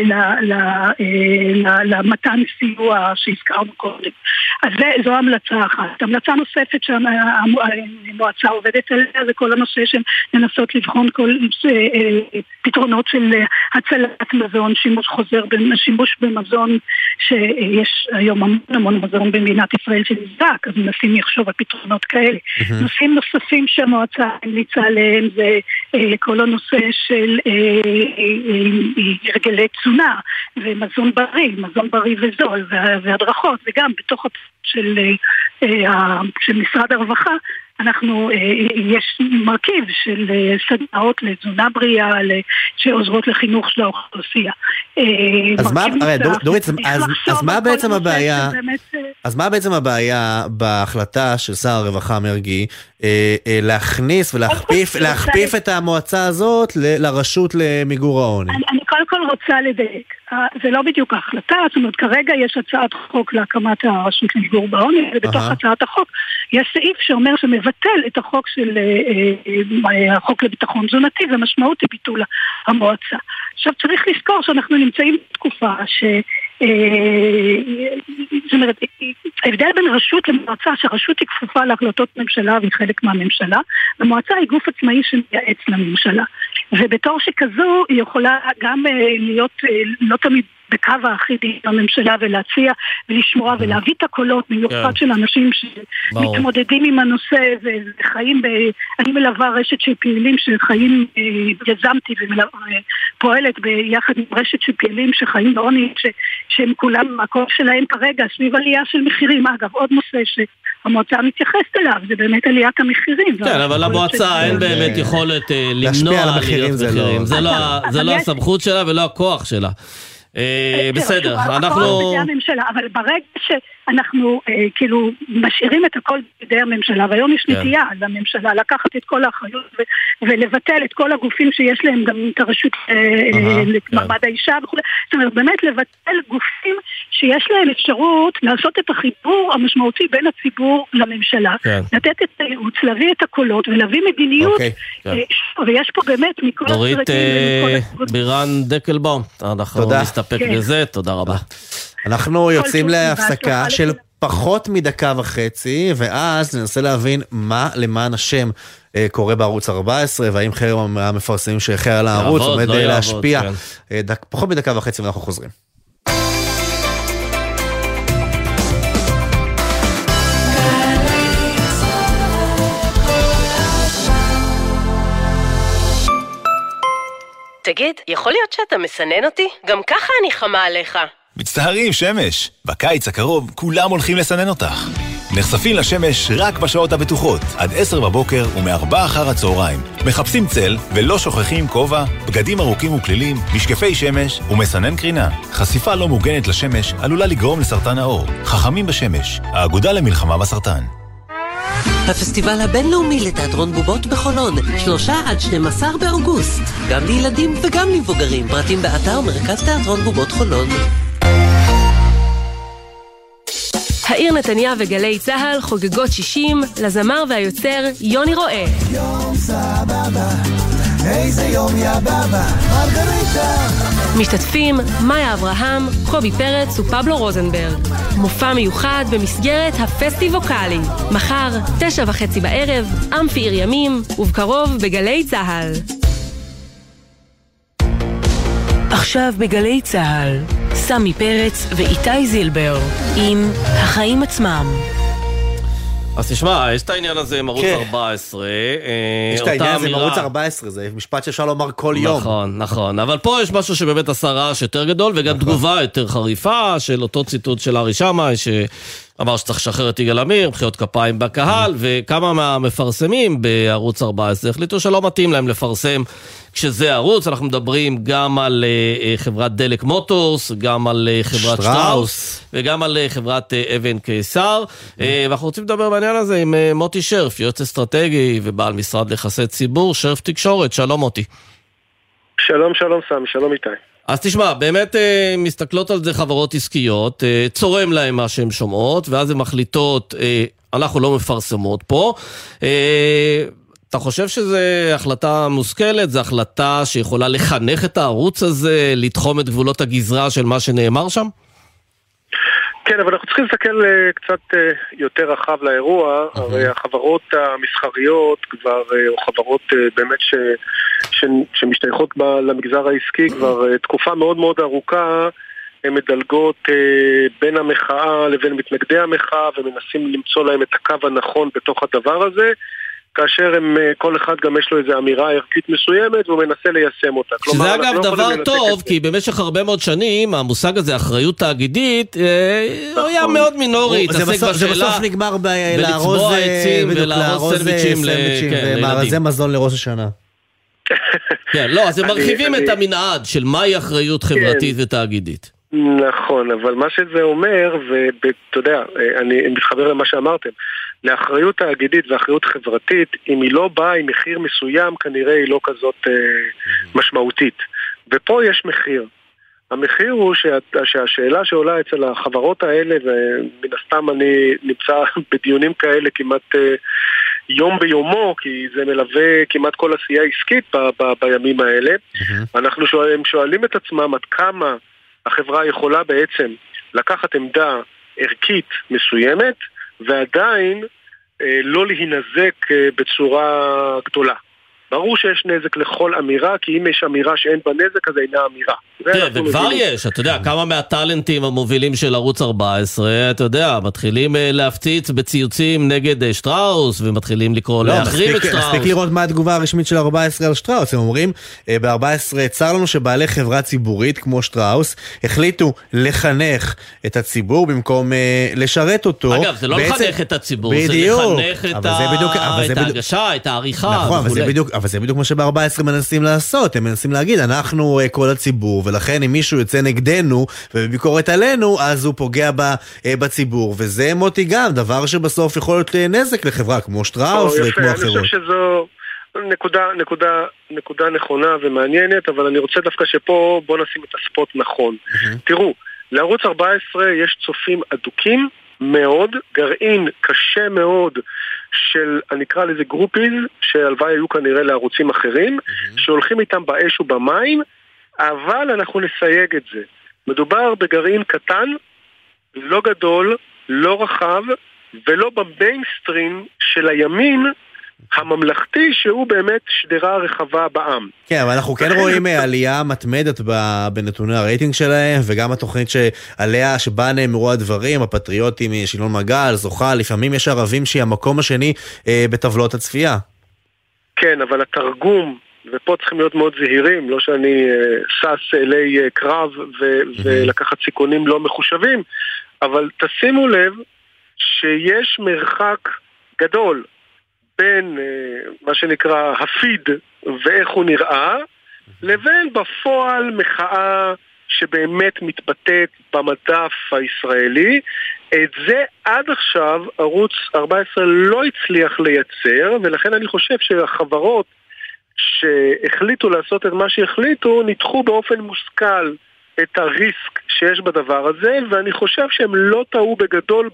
למתן סיוע שהזכרנו קודם. אז זו המלצה אחת. המלצה נוספת נוספת שהמועצה עובדת עליה, זה כל הנושא של לנסות לבחון כל פתרונות של הצלת מזון, שימוש חוזר, שימוש במזון, שיש היום המון מזון במדינת ישראל שנזרק, אז מנסים לחשוב על פתרונות כאלה. נושאים נוספים שהמועצה המליצה עליהם זה כל הנושא של הרגלי תזונה ומזון בריא וזול והדרכות, וגם בתוך של משרד הרווחה יש מרכיב של סדנאות לתזונה בריאה שעוזרות לחינוך של האוכלוסייה. אז מה בעצם הבעיה בהחלטה של שר הרווחה מרגי להכניס ולהכפיף את המועצה הזאת לרשות למיגור העוני? אני קודם כל רוצה לדייק, זה לא בדיוק ההחלטה, זאת אומרת כרגע יש הצעת חוק להקמת הרשות למיגור בעוני, ובתוך הצעת החוק יש סעיף שאומר שמבטל את החוק של החוק לביטחון תזונתי, ומשמעות היא ביטול המועצה. עכשיו צריך לזכור שאנחנו נמצאים בתקופה זאת אומרת, ההבדל בין רשות למועצה, שהרשות היא כפופה להחלטות ממשלה והיא חלק מהממשלה, המועצה היא גוף עצמאי שמייעץ לממשלה, ובתור שכזו היא יכולה גם להיות לא תמיד בקו האחיד עם הממשלה ולהציע ולשמוע ולהביא את הקולות מיוחד של אנשים שמתמודדים עם הנושא וחיים אני מלווה רשת של פעילים שחיים, יזמתי ופועלת ביחד עם רשת של פעילים שחיים בעוני שהם כולם, הקול שלהם כרגע סביב עלייה של מחירים. אגב, עוד נושא שהמועצה מתייחסת אליו זה באמת עליית המחירים. כן, אבל למועצה אין באמת יכולת למנוע עליית מחירים, זה לא הסמכות שלה ולא הכוח שלה. בסדר, אנחנו... אבל ברגע שאנחנו כאילו משאירים את הכל בידי הממשלה, והיום יש נטייה לממשלה לקחת את כל האחריות ולבטל את כל הגופים שיש להם גם את הרשות למעמד האישה וכו'. זאת אומרת, באמת לבטל גופים שיש להם אפשרות לעשות את החיבור המשמעותי בין הציבור לממשלה, לתת את הייעוץ, להביא את הקולות ולהביא מדיניות, ויש פה באמת מכל דורית בירן דקלבאום, אנחנו נסתפק בזה, תודה רבה. אנחנו יוצאים להפסקה של פחות מדקה וחצי, ואז ננסה להבין מה למען השם קורה בערוץ 14, והאם חרם המפרסמים שהחר על הערוץ עומד להשפיע. פחות מדקה וחצי ואנחנו חוזרים. תגיד, יכול להיות שאתה מסנן אותי? גם ככה אני חמה עליך. מצטערים, שמש. בקיץ הקרוב כולם הולכים לסנן אותך. נחשפים לשמש רק בשעות הבטוחות, עד 10 בבוקר ומ4 אחר הצהריים. מחפשים צל ולא שוכחים כובע, בגדים ארוכים וכלילים, משקפי שמש ומסנן קרינה. חשיפה לא מוגנת לשמש עלולה לגרום לסרטן העור. חכמים בשמש, האגודה למלחמה בסרטן. הפסטיבל הבינלאומי לתיאטרון בובות בחולון, 3 עד 12 באוגוסט. גם לילדים וגם למבוגרים. פרטים באתר מרכז תיאטרון בובות חולון. העיר נתניה וגלי צהל חוגגות 60 לזמר והיוצר יוני רואה. יום סבבה, איזה יום יא בבא, מרגריטה. משתתפים מאיה אברהם, קובי פרץ ופבלו רוזנברג. מופע מיוחד במסגרת הפסטיבוקלי. מחר, 9:30 בערב, אמפי עיר ימים, ובקרוב בגלי צהל. עכשיו בגלי צהל, סמי פרץ ואיתי זילבר, עם החיים עצמם. אז תשמע, יש את העניין הזה עם ערוץ 14. יש את העניין הזה עם ערוץ 14, זה משפט שאפשר לומר כל יום. נכון, נכון. אבל פה יש משהו שבאמת עשה רעש יותר גדול, וגם תגובה יותר חריפה של אותו ציטוט של ארי שמאי, שאמר שצריך לשחרר את יגאל עמיר, מחיאות כפיים בקהל, וכמה מהמפרסמים בערוץ 14 החליטו שלא מתאים להם לפרסם כשזה ערוץ. אנחנו מדברים גם על חברת דלק מוטורס, גם על חברת שטראוס, וגם על חברת אבן קיסר. ואנחנו רוצים לדבר בעניין הזה עם מוטי שרף, יועץ אסטרטגי ובעל משרד ליחסי ציבור, שרף תקשורת. שלום מוטי. שלום, שלום סמי, שלום איתי. אז תשמע, באמת מסתכלות על זה חברות עסקיות, צורם להם מה שהן שומעות, ואז הן מחליטות, אנחנו לא מפרסמות פה. אתה חושב שזו החלטה מושכלת? זו החלטה שיכולה לחנך את הערוץ הזה, לתחום את גבולות הגזרה של מה שנאמר שם? כן, אבל אנחנו צריכים להסתכל קצת יותר רחב לאירוע, הרי החברות המסחריות כבר, או חברות באמת שמשתייכות למגזר העסקי כבר תקופה מאוד מאוד ארוכה, הן מדלגות בין המחאה לבין מתנגדי המחאה ומנסים למצוא להם את הקו הנכון בתוך הדבר הזה, כאשר כל אחד גם יש לו איזו אמירה ערכית מסוימת והוא מנסה ליישם אותה. שזה אגב דבר טוב, כי במשך הרבה מאוד שנים המושג הזה, אחריות תאגידית, היה מאוד מינורי, זה בסוף נגמר בלצבוע עצים ולארוז סנדוויצ'ים ומארזי מזון לראש השנה. כן, לא, אז הם מרחיבים את המנעד של מהי אחריות חברתית ותאגידית. נכון, אבל מה שזה אומר, ואתה יודע, אני מתחבר למה שאמרתם, לאחריות תאגידית ואחריות חברתית, אם היא לא באה עם מחיר מסוים, כנראה היא לא כזאת משמעותית. ופה יש מחיר. המחיר הוא שהשאלה שעולה אצל החברות האלה, ומן הסתם אני נמצא בדיונים כאלה כמעט יום ביומו, כי זה מלווה כמעט כל עשייה עסקית בימים האלה, אנחנו שואלים את עצמם עד כמה החברה יכולה בעצם לקחת עמדה ערכית מסוימת, ועדיין לא להינזק בצורה גדולה. ברור שיש נזק לכל אמירה, כי אם יש אמירה שאין בה נזק, אז אינה אמירה. וכבר יש, אתה יודע, כמה מהטלנטים המובילים של ערוץ 14, אתה יודע, מתחילים להפציץ בציוצים נגד שטראוס, ומתחילים לקרוא להחרים את שטראוס. מספיק לראות מה התגובה הרשמית של 14 על שטראוס. הם אומרים, ב-14 צר לנו שבעלי חברה ציבורית כמו שטראוס, החליטו לחנך את הציבור במקום לשרת אותו. אגב, זה לא לחנך את הציבור, זה לחנך את ההגשה, את העריכה. נכון, אבל זה בדיוק מה שב-14 מנסים לעשות. הם מנסים להגיד, אנחנו כל הציבור, ולכן אם מישהו יוצא נגדנו ובביקורת עלינו, אז הוא פוגע בציבור. וזה מוטי גם, דבר שבסוף יכול להיות נזק לחברה כמו שטראוס וכמו אחרות. אני חושב שזו נקודה נכונה ומעניינת, אבל אני רוצה דווקא שפה בוא נשים את הספוט נכון. תראו, לערוץ 14 יש צופים אדוקים מאוד, גרעין קשה מאוד של, אני אקרא לזה גרופיז, שהלוואי היו כנראה לערוצים אחרים, שהולכים איתם באש ובמים, אבל אנחנו נסייג את זה. מדובר בגרעין קטן, לא גדול, לא רחב, ולא במיינסטרים של הימין הממלכתי, שהוא באמת שדרה רחבה בעם. כן, אבל אנחנו כן רואים עלייה מתמדת בנתוני הרייטינג שלהם, וגם התוכנית שעליה, שבה נאמרו הדברים, הפטריוטים, שילון מגל, זוכה, לפעמים יש ערבים שהיא המקום השני בטבלות הצפייה. כן, אבל התרגום, ופה צריכים להיות מאוד זהירים, לא שאני סס אלי קרב ולקחת סיכונים לא מחושבים, אבל תשימו לב שיש מרחק גדול בין מה שנקרא הפיד ואיך הוא נראה, לבין בפועל מחאה שבאמת מתבטאת במדף הישראלי. את זה עד עכשיו ערוץ 14 לא הצליח לייצר, ולכן אני חושב שהחברות שהחליטו לעשות את מה שהחליטו, ניתחו באופן מושכל את הריסק שיש בדבר הזה, ואני חושב שהם לא טעו בגדול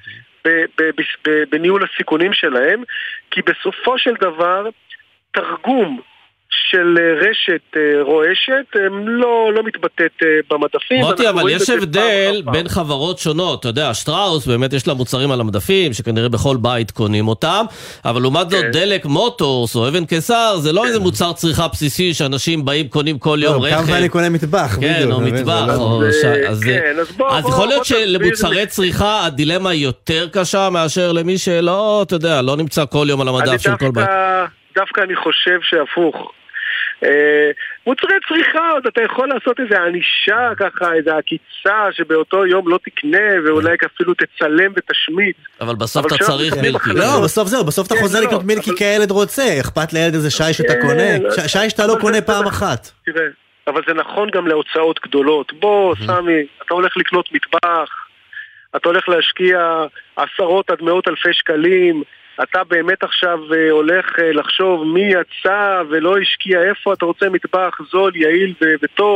בניהול הסיכונים שלהם, כי בסופו של דבר תרגום של רשת רועשת לא מתבטאת במדפים. מוטי, אבל יש הבדל בין חברות שונות. אתה יודע, שטראוס באמת יש לה מוצרים על המדפים שכנראה בכל בית קונים אותם, אבל לעומת זאת דלק מוטורס או אבן קיסר זה לא איזה מוצר צריכה בסיסי שאנשים באים קונים כל יום רכב. כמה אני קונה מטבח. כן, או מטבח. אז יכול להיות שלמוצרי צריכה הדילמה היא יותר קשה מאשר למי שלא, אתה יודע, לא נמצא כל יום על המדף של כל בית. דווקא אני חושב שהפוך. מוצרי צריכה, אתה יכול לעשות איזו ענישה ככה, איזו עקיצה שבאותו יום לא תקנה ואולי אפילו תצלם ותשמיד. אבל בסוף אתה צריך מילקי. לא, בסוף זהו, בסוף אתה חוזר לקנות מילקי כי הילד רוצה. אכפת לילד איזה שי שאתה קונה, שי שאתה לא קונה פעם אחת. תראה, אבל זה נכון גם להוצאות גדולות. בוא, סמי, אתה הולך לקנות מטבח, אתה הולך להשקיע עשרות עד מאות אלפי שקלים, אתה באמת עכשיו הולך לחשוב מי יצא ולא השקיע איפה, אתה רוצה מטבח זול, יעיל וטוב,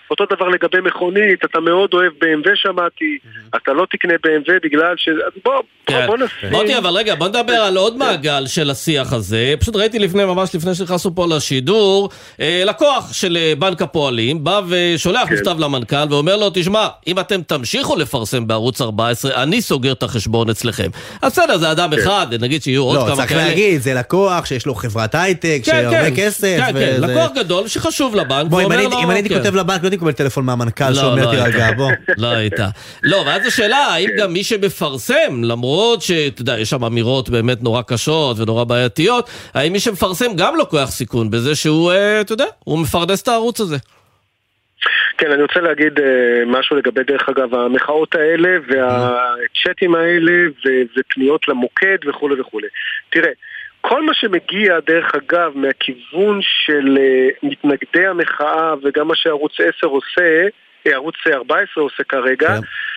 אותו דבר לגבי מכונית, אתה מאוד אוהב BMW שמעתי, אתה לא תקנה BMW בגלל ש... בוא נשים. מוטי, אבל רגע, בוא נדבר על עוד מעגל של השיח הזה. פשוט ראיתי ממש לפני שנכנסנו פה לשידור, לקוח של בנק הפועלים בא ושולח מכתב למנכ"ל ואומר לו, תשמע, אם אתם תמשיכו לפרסם בערוץ 14, אני סוגר את החשבון אצלכם. אז בסדר, זה אדם אחד, נגיד שיהיו עוד כמה כאלה. לא, צריך להגיד, זה לקוח שיש לו חברת הייטק, שהרבה כסף. כן, לקוח גדול שחשוב לבנק. אם אני הייתי כותב לבנק, לא הייתי קבל טלפון מהמנכ"ל שאומר תירגע, בוא. לא הייתה. לא, ואז השאלה, האם גם מי שמפרסם, למרות שאתה יודע, יש שם אמירות באמת נורא קשות ונורא בעייתיות, האם מי שמפרסם גם לוקח סיכון בזה שהוא, אתה יודע, הוא מפרנס את הערוץ הזה? כן, אני רוצה להגיד משהו לגבי דרך אגב המחאות האלה והצ'אטים האלה ופניות למוקד וכו' וכו'. תראה, כל מה שמגיע דרך אגב מהכיוון של מתנגדי המחאה וגם מה שערוץ 10 עושה, ערוץ 14 עושה כרגע,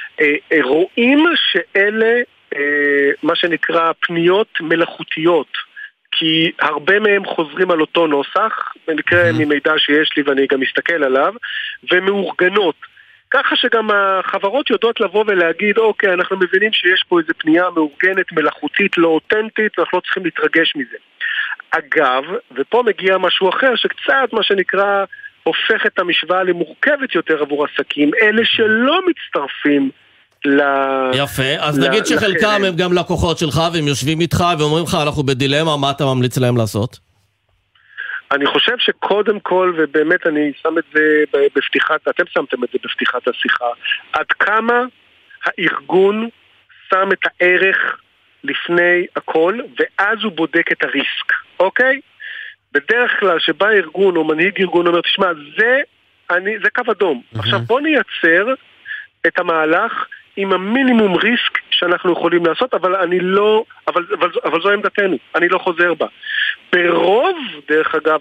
רואים שאלה מה שנקרא פניות מלאכותיות, כי הרבה מהם חוזרים על אותו נוסח, במקרה ממידע שיש לי ואני גם מסתכל עליו, ומאורגנות. ככה שגם החברות יודעות לבוא ולהגיד, אוקיי, אנחנו מבינים שיש פה איזו פנייה מאורגנת, מלאכותית, לא אותנטית, ואנחנו לא צריכים להתרגש מזה. אגב, ופה מגיע משהו אחר, שקצת מה שנקרא, הופך את המשוואה למורכבת יותר עבור עסקים, אלה שלא מצטרפים יפה, אז נגיד שחלקם הם גם לקוחות שלך והם יושבים איתך ואומרים לך אנחנו בדילמה, מה אתה ממליץ להם לעשות? אני חושב שקודם כל, ובאמת אני שם את זה בפתיחת, אתם שמתם את זה בפתיחת השיחה, עד כמה הארגון שם את הערך לפני הכל ואז הוא בודק את הריסק, אוקיי? בדרך כלל שבא ארגון או מנהיג ארגון אומר, תשמע, זה קו אדום. עכשיו בוא נייצר את המהלך עם המינימום ריסק שאנחנו יכולים לעשות, אבל אני לא, אבל זו עמדתנו, אני לא חוזר בה. ברוב, דרך אגב,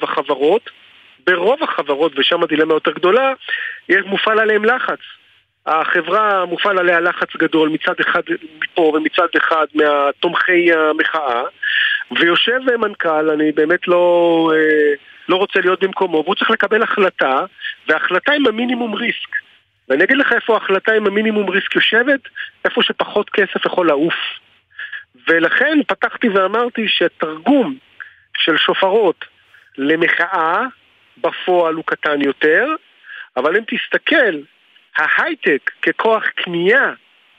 ברוב החברות, ושם הדילמה יותר גדולה, מופעל עליהם לחץ. החברה מופעל עליה לחץ גדול מצד אחד מפה ומצד אחד מהתומכי המחאה, ויושב מנכ"ל, אני באמת לא רוצה להיות במקומו, והוא צריך לקבל החלטה, וההחלטה עם המינימום ריסק. ואני אגיד לך איפה ההחלטה עם המינימום ריסק יושבת, איפה שפחות כסף יכול לעוף. ולכן פתחתי ואמרתי שהתרגום של שופרות למחאה בפועל הוא קטן יותר, אבל אם תסתכל, ההייטק ככוח קנייה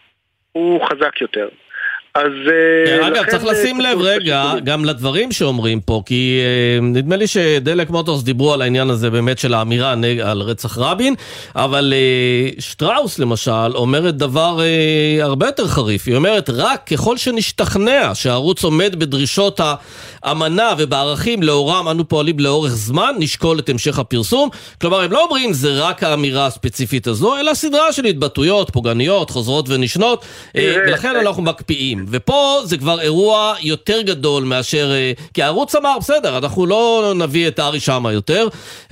הוא חזק יותר. אז אגב, צריך לשים לב רגע גם לדברים שאומרים פה, כי נדמה לי שדלק מוטורס דיברו על העניין הזה באמת של האמירה על רצח רבין, אבל שטראוס למשל אומרת דבר הרבה יותר חריף. היא אומרת, רק ככל שנשתכנע שהערוץ עומד בדרישות האמנה ובערכים לאורם אנו פועלים לאורך זמן, נשקול את המשך הפרסום. כלומר, הם לא אומרים זה רק האמירה הספציפית הזו, אלא סדרה של התבטאויות פוגעניות, חוזרות ונשנות, ולכן אנחנו מקפיאים. ופה זה כבר אירוע יותר גדול מאשר, כי הערוץ אמר, בסדר, אנחנו לא נביא את ארי שמה יותר.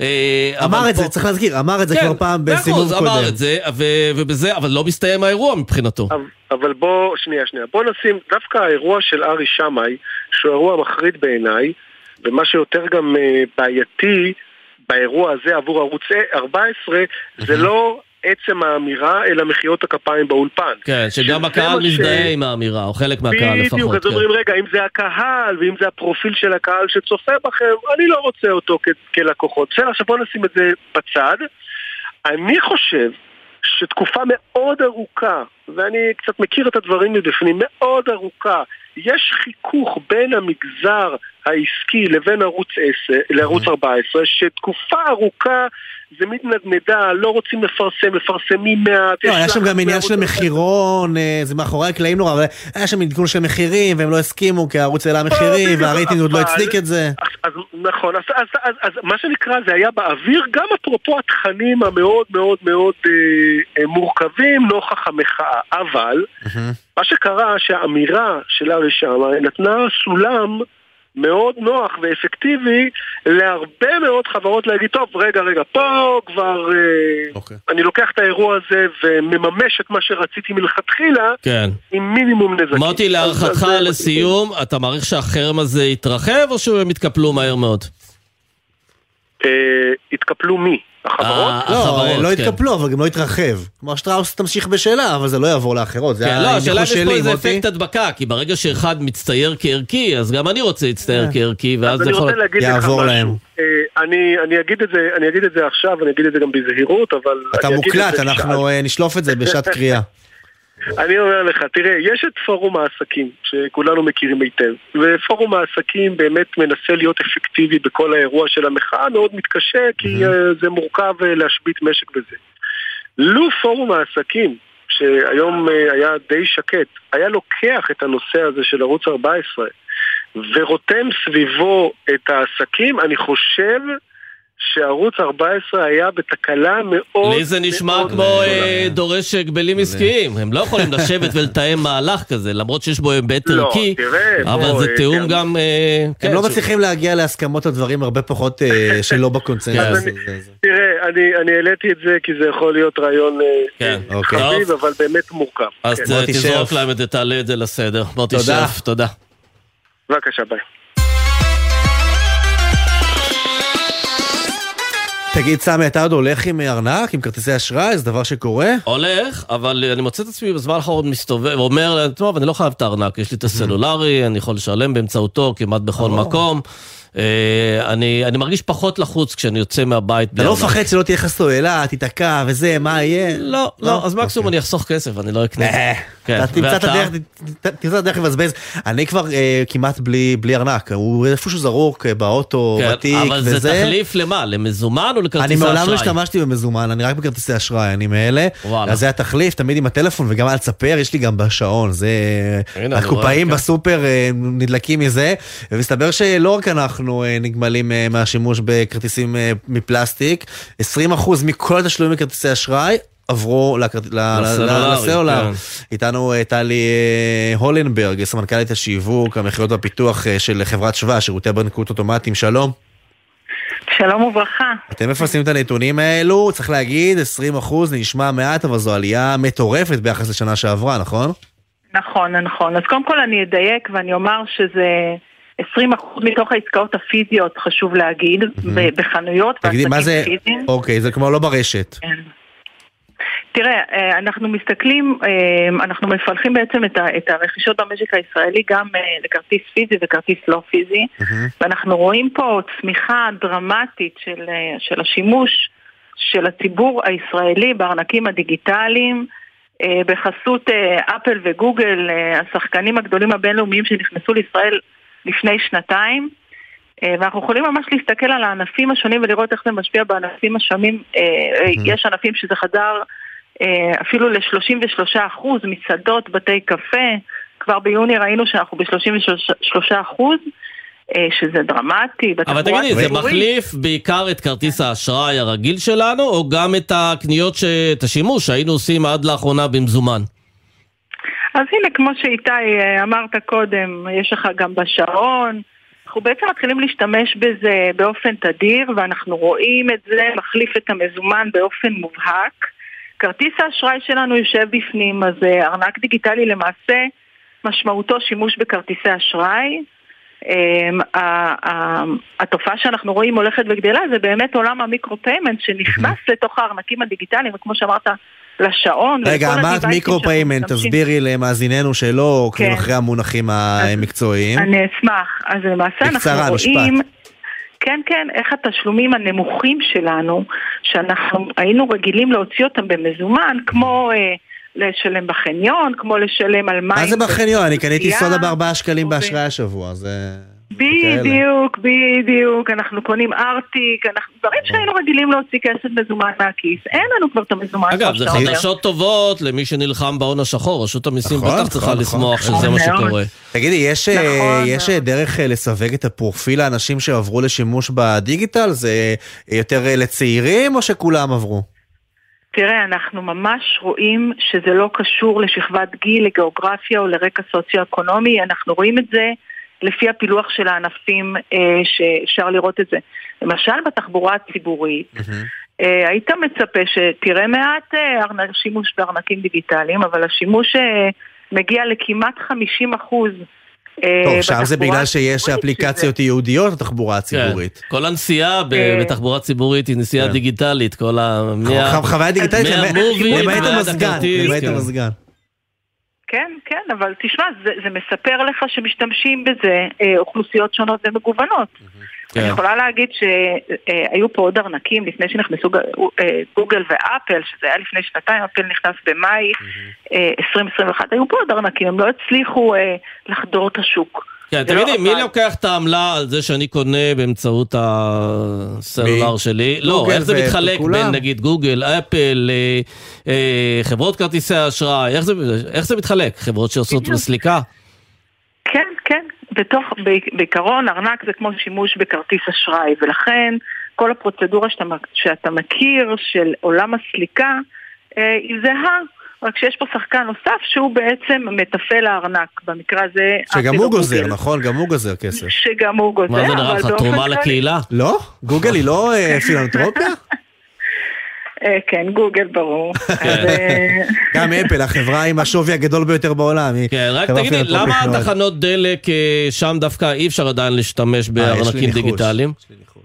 אמר את זה, צריך להזכיר, אמר את זה כבר פעם בסיבוב קודם. אמר את זה, ובזה, אבל לא מסתיים האירוע מבחינתו. אבל בוא, שנייה, בוא נשים, דווקא האירוע של ארי שמאי, שהוא אירוע מחריד בעיניי, ומה שיותר גם בעייתי באירוע הזה עבור ערוץ 14, זה לא עצם האמירה, אלא מחיאות הכפיים באולפן. כן, שגם הקהל מזדהה עם האמירה, או חלק מהקהל לפחות. בדיוק, אז אומרים, רגע, אם זה הקהל, ואם זה הפרופיל של הקהל שצופה בכם, אני לא רוצה אותו כלקוחות. בסדר, עכשיו בוא נשים את זה בצד. אני חושב שתקופה מאוד ארוכה, ואני קצת מכיר את הדברים מבפנים, מאוד ארוכה, יש חיכוך בין המגזר העסקי לבין ערוץ 14, שתקופה ארוכה זה מתנדנדה, לא רוצים מפרסמים מעט. לא, היה שם גם עניין של מחירון, זה מאחורי הקלעים נורא, אבל היה שם עדכון של מחירים, והם לא הסכימו, כי הערוץ העלה מחירים, והרייטינג עוד לא הצדיק את זה. נכון, אז מה שנקרא, זה היה באוויר, גם אפרופו התכנים המאוד מאוד מאוד מורכבים, נוכח המחאה. אבל, מה שקרה, שהאמירה של ארי שמאי נתנה סולם מאוד נוח ואפקטיבי להרבה מאוד חברות להגיד, טוב, רגע, פה כבר אני לוקח את האירוע הזה ומממש את מה שרציתי מלכתחילה עם מינימום נזקים. מוטי, להערכתך לסיום, אתה מעריך שהחרם הזה יתרחב או שהם יתקפלו מהר מאוד? יתקפלו מי? החברות? לא התקפלו, אבל גם לא התרחב. כלומר, שטראוס תמשיך בשאלה, אבל זה לא יעבור לאחרות. כן, לא, השאלה יש פה איזה אפקט הדבקה, כי ברגע שאחד מצטייר כערכי, אז גם אני רוצה להצטייר כערכי, ואז זה יכול יעבור להם. אני אגיד את זה עכשיו, אני אגיד את זה גם בזהירות, אבל... אתה מוקלט, אנחנו נשלוף את זה בשעת קריאה. אני אומר לך, תראה, יש את פורום העסקים, שכולנו מכירים היטב, ופורום העסקים באמת מנסה להיות אפקטיבי בכל האירוע של המחאה, מאוד מתקשה, כי זה מורכב להשבית משק בזה. לו פורום העסקים, שהיום היה די שקט, היה לוקח את הנושא הזה של ערוץ 14, ורותם סביבו את העסקים, אני חושב שערוץ 14 היה בתקלה מאוד... לי זה נשמע כמו דורש הגבלים עסקיים. הם לא יכולים לשבת ולתאם מהלך כזה, למרות שיש בו היבט ערכי, אבל זה תיאום גם... הם לא מצליחים להגיע להסכמות הדברים הרבה פחות שלא בקונצנזוס. תראה, אני העליתי את זה כי זה יכול להיות רעיון חביב, אבל באמת מורכב. אז תזרוק להם את זה, תעלה את זה לסדר. מוטי שף, תודה. בבקשה, ביי. תגיד, סמי, אתה עוד הולך עם ארנק, עם כרטיסי אשראי? זה דבר שקורה? הולך, אבל אני מוצא את עצמי בזמן האחרון מסתובב, ואומר, טוב, אני לא חייב את הארנק, יש לי את הסלולרי, אני יכול לשלם באמצעותו כמעט בכל מקום. אני מרגיש פחות לחוץ כשאני יוצא מהבית. אתה לא מפחד שלא תהיה חסוילה, תתקע וזה, מה יהיה? לא, אז מקסימום אני אחסוך כסף, אני לא אקנה. תמצא את הדרך לבזבז. אני כבר כמעט בלי ארנק, הוא איפשהו זרוק באוטו, ותיק וזה. אבל זה תחליף למה? למזומן או לכרטיסי אשראי? אני מעולם לא השתמשתי במזומן, אני רק בכרטיסי אשראי, אני מאלה. אז זה התחליף, תמיד עם הטלפון וגם על צפר, יש לי גם בשעון. הקופאים בסופר נדלקים מזה, ומסתבר שלא רק אנחנו נגמלים מהשימוש בכרטיסים מפלסטיק, 20% מכל התשלומים בכרטיסי אשראי עברו לסלולר. איתנו טלי הולנברג, סמנכ"לית השיווק, המכירות והפיתוח של חברת שווה, שירותי בנקאות אוטומטיים. שלום. שלום וברכה. אתם מפרסמים את הנתונים האלו, צריך להגיד 20% נשמע מעט, אבל זו עלייה מטורפת ביחס לשנה שעברה, נכון? נכון. אז קודם כל אני אדייק ואני אומר שזה 20% מתוך העסקאות הפיזיות, חשוב להגיד, בחנויות ועסקים פיזיים. אוקיי, זה כמו לא ברשת. תראה, אנחנו מסתכלים, אנחנו מפלחים בעצם את הרכישות במשק הישראלי גם לכרטיס פיזי וכרטיס לא פיזי, ואנחנו רואים פה צמיחה דרמטית של השימוש של הציבור הישראלי בארנקים הדיגיטליים, בחסות אפל וגוגל, השחקנים הגדולים הבינלאומיים שנכנסו לישראל לפני שנתיים, ואנחנו יכולים ממש להסתכל על הענפים השונים ולראות איך זה משפיע בענפים השונים. יש ענפים שזה חדר אפילו ל-33%, מסעדות, בתי קפה, כבר ביוני ראינו שאנחנו ב-33%, שזה דרמטי. אבל תגידי, זה מחליף בעיקר את כרטיס האשראי הרגיל שלנו, או גם את הקניות, את השימוש שהיינו עושים עד לאחרונה במזומן? אז הנה, כמו שאיתי אמרת קודם, יש לך גם בשעון, אנחנו בעצם מתחילים להשתמש בזה באופן תדיר, ואנחנו רואים את זה מחליף את המזומן באופן מובהק. כרטיס האשראי שלנו יושב בפנים, אז ארנק דיגיטלי למעשה משמעותו שימוש בכרטיסי אשראי. התופעה שאנחנו רואים הולכת וגדלה, זה באמת עולם המיקרו-פיימנט שנכנס לתוך הארנקים הדיגיטליים, וכמו שאמרת, לשעון. רגע, אמרת מיקרו-פיימנט, תסבירי למאזיננו שלא עוקבים אחרי המונחים המקצועיים. אני אשמח. אז למעשה אנחנו רואים... כן, איך התשלומים הנמוכים שלנו, שאנחנו היינו רגילים להוציא אותם במזומן, כמו לשלם בחניון, כמו לשלם על מים. מה זה בחניון? אני קניתי סודה ב4 שקלים באשראי השבוע, זה... בדיוק, אנחנו קונים ארטיק, דברים שהיינו רגילים להוציא כסף מזומן מהכיס, אין לנו כבר את המזומן. אגב, זה חדשות טובות למי שנלחם בהון השחור, רשות המיסים בטח צריכה לשמוח שזה מה שקורה. תגידי, יש דרך לסווג את הפרופיל האנשים שעברו לשימוש בדיגיטל? זה יותר לצעירים או שכולם עברו? תראה, אנחנו ממש רואים שזה לא קשור לשכבת גיל, לגיאוגרפיה או לרקע סוציו-אקונומי, אנחנו רואים את זה לפי הפילוח של הענפים שאפשר לראות את זה. למשל בתחבורה הציבורית, היית מצפה שתראה מעט שימוש בארנקים דיגיטליים, אבל השימוש מגיע לכמעט 50% טוב, שם זה בגלל שיש אפליקציות ייעודיות לתחבורה הציבורית. כל הנסיעה בתחבורה ציבורית היא נסיעה דיגיטלית, כל חוויה דיגיטלית למעט המזגן. כן, כן, אבל תשמע, זה מספר לך שמשתמשים בזה אוכלוסיות שונות ומגוונות. אני יכולה להגיד שהיו פה עוד ארנקים לפני שנכנסו גוגל ואפל, שזה היה לפני שנתיים, אפל נכנס במאי 2021, היו פה עוד ארנקים, הם לא הצליחו לחדור את השוק. כן, תגידי, מי לוקח את העמלה על זה שאני קונה באמצעות הסלולר שלי? לא, איך זה מתחלק בין נגיד גוגל, אפל, חברות כרטיסי האשראי, איך זה מתחלק? חברות שעושות בסליקה? כן, כן. בעיקרון ארנק זה כמו שימוש בכרטיס אשראי, ולכן כל הפרוצדורה שאתה מכיר של עולם הסליקה היא זהה, רק שיש פה שחקן נוסף שהוא בעצם מטפל הארנק, במקרה הזה שגם הוא גוזר, נכון? גם הוא גוזר כסף. שגם הוא גוזר. מה זה נראה לך, תרומה לקהילה? לא? גוגל היא לא פילנתרופיה? כן, גוגל ברור. גם אפל, החברה עם השווי הגדול ביותר בעולם. כן, רק תגידי, למה תחנות דלק שם דווקא אי אפשר עדיין להשתמש בארנקים דיגיטליים?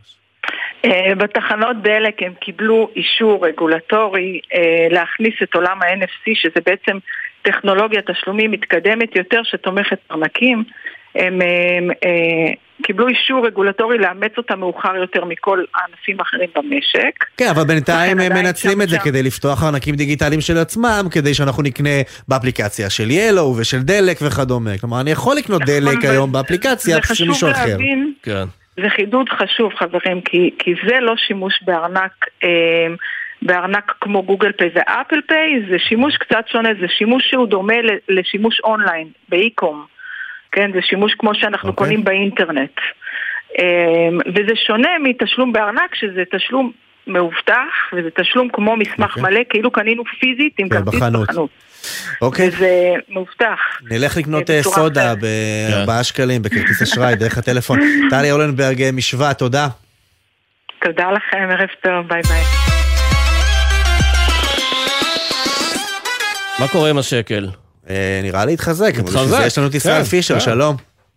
בתחנות דלק הם קיבלו אישור רגולטורי להכניס את עולם ה-NFC, שזה בעצם טכנולוגיה תשלומים מתקדמת יותר שתומכת ארנקים. הם קיבלו אישור רגולטורי לאמץ אותה מאוחר יותר מכל הענפים האחרים במשק. כן, אבל בינתיים הם מנצלים את זה כדי לפתוח ארנקים דיגיטליים של עצמם, כדי שאנחנו נקנה באפליקציה של ילו ושל דלק וכדומה. כלומר, אני יכול לקנות דלק היום באפליקציה של מישהו אחר. זה חידוד חשוב, חברים, כי זה לא שימוש בארנק כמו גוגל פיי ואפל פיי, זה שימוש קצת שונה, זה שימוש שהוא דומה לשימוש אונליין, באי-קום. כן, זה שימוש כמו שאנחנו קונים באינטרנט. וזה שונה מתשלום בארנק, שזה תשלום מאובטח, וזה תשלום כמו מסמך מלא, כאילו קנינו פיזית עם כרטיס בחנות. אוקיי. וזה מאובטח. נלך לקנות סודה ב4 שקלים בכרטיס אשראי, דרך הטלפון. טלי אולנברג משווה, תודה. תודה לכם, ערב טוב, ביי ביי. מה קורה עם השקל? נראה לי התחזק, יש לנו את ישראל פישר, שלום.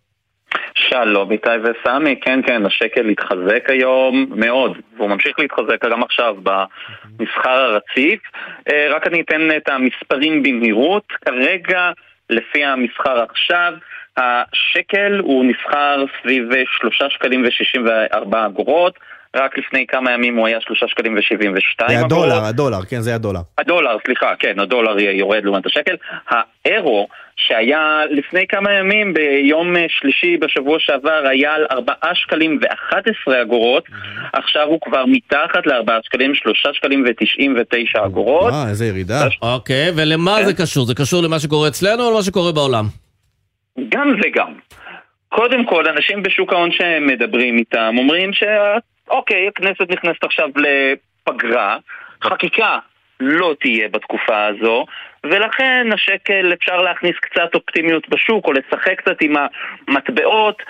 שלום איתי וסמי, כן כן, השקל התחזק היום מאוד, והוא ממשיך להתחזק גם עכשיו במסחר הרציף. רק אני אתן את המספרים במהירות. כרגע לפי המסחר עכשיו השקל הוא נסחר סביב 3 שקלים ו64 אגורות. רק לפני כמה ימים הוא היה 3 שקלים ו72 אגורות. הדולר, כן, זה הדולר. הדולר, סליחה, כן, הדולר יורד לעומת השקל. האירו, שהיה לפני כמה ימים, ביום שלישי בשבוע שעבר, היה על 4 שקלים ו11 אגורות, עכשיו הוא כבר מתחת ל4 שקלים, 3 שקלים ו99 אגורות. איזה ירידה. אוקיי, ולמה זה קשור? זה קשור למה שקורה אצלנו או למה שקורה בעולם? גם וגם. קודם כל, אנשים בשוק ההון שמדברים איתם, אומרים אוקיי, הכנסת נכנסת עכשיו לפגרה, חקיקה לא תהיה בתקופה הזו, ולכן השקל אפשר להכניס קצת אופטימיות בשוק, או לשחק קצת עם המטבעות,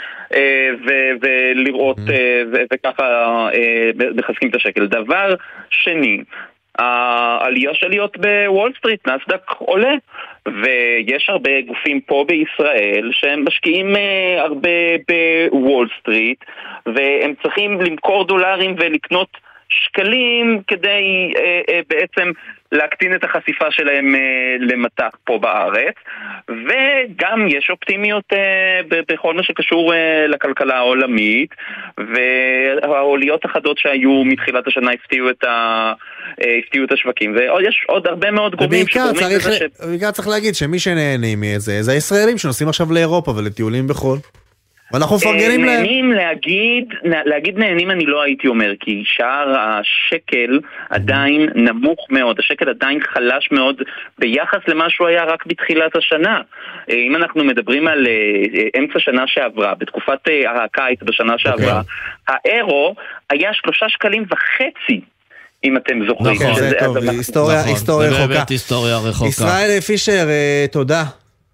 ולראות, וככה מחזקים את השקל. דבר שני, העלייה שליות בוול סטריט, נסדק עולה, ויש הרבה גופים פה בישראל שהם משקיעים הרבה בוול סטריט, והם צריכים למכור דולרים ולקנות שקלים כדי בעצם להקטין את החשיפה שלהם למטח פה בארץ. וגם יש אופטימיות בכל מה שקשור לכלכלה העולמית, והעוליות החדות שהיו מתחילת השנה הפתיעו את השווקים, ויש עוד הרבה מאוד גורמים ובעיקר צריך להגיד שמי שנהנים מזה זה הישראלים שנוסעים עכשיו לאירופה ולטיולים בחול, ואנחנו מפרגנים להם. נהנים, להגיד נהנים אני לא הייתי אומר, כי שער השקל עדיין נמוך מאוד, השקל עדיין חלש מאוד ביחס למה שהוא היה רק בתחילת השנה. אם אנחנו מדברים על אמצע שנה שעברה, בתקופת הקיץ בשנה שעברה, האירו היה 3.5 שקלים, אם אתם זוכרים. נכון, זה טוב, היסטוריה רחוקה. ישראל פישר, תודה.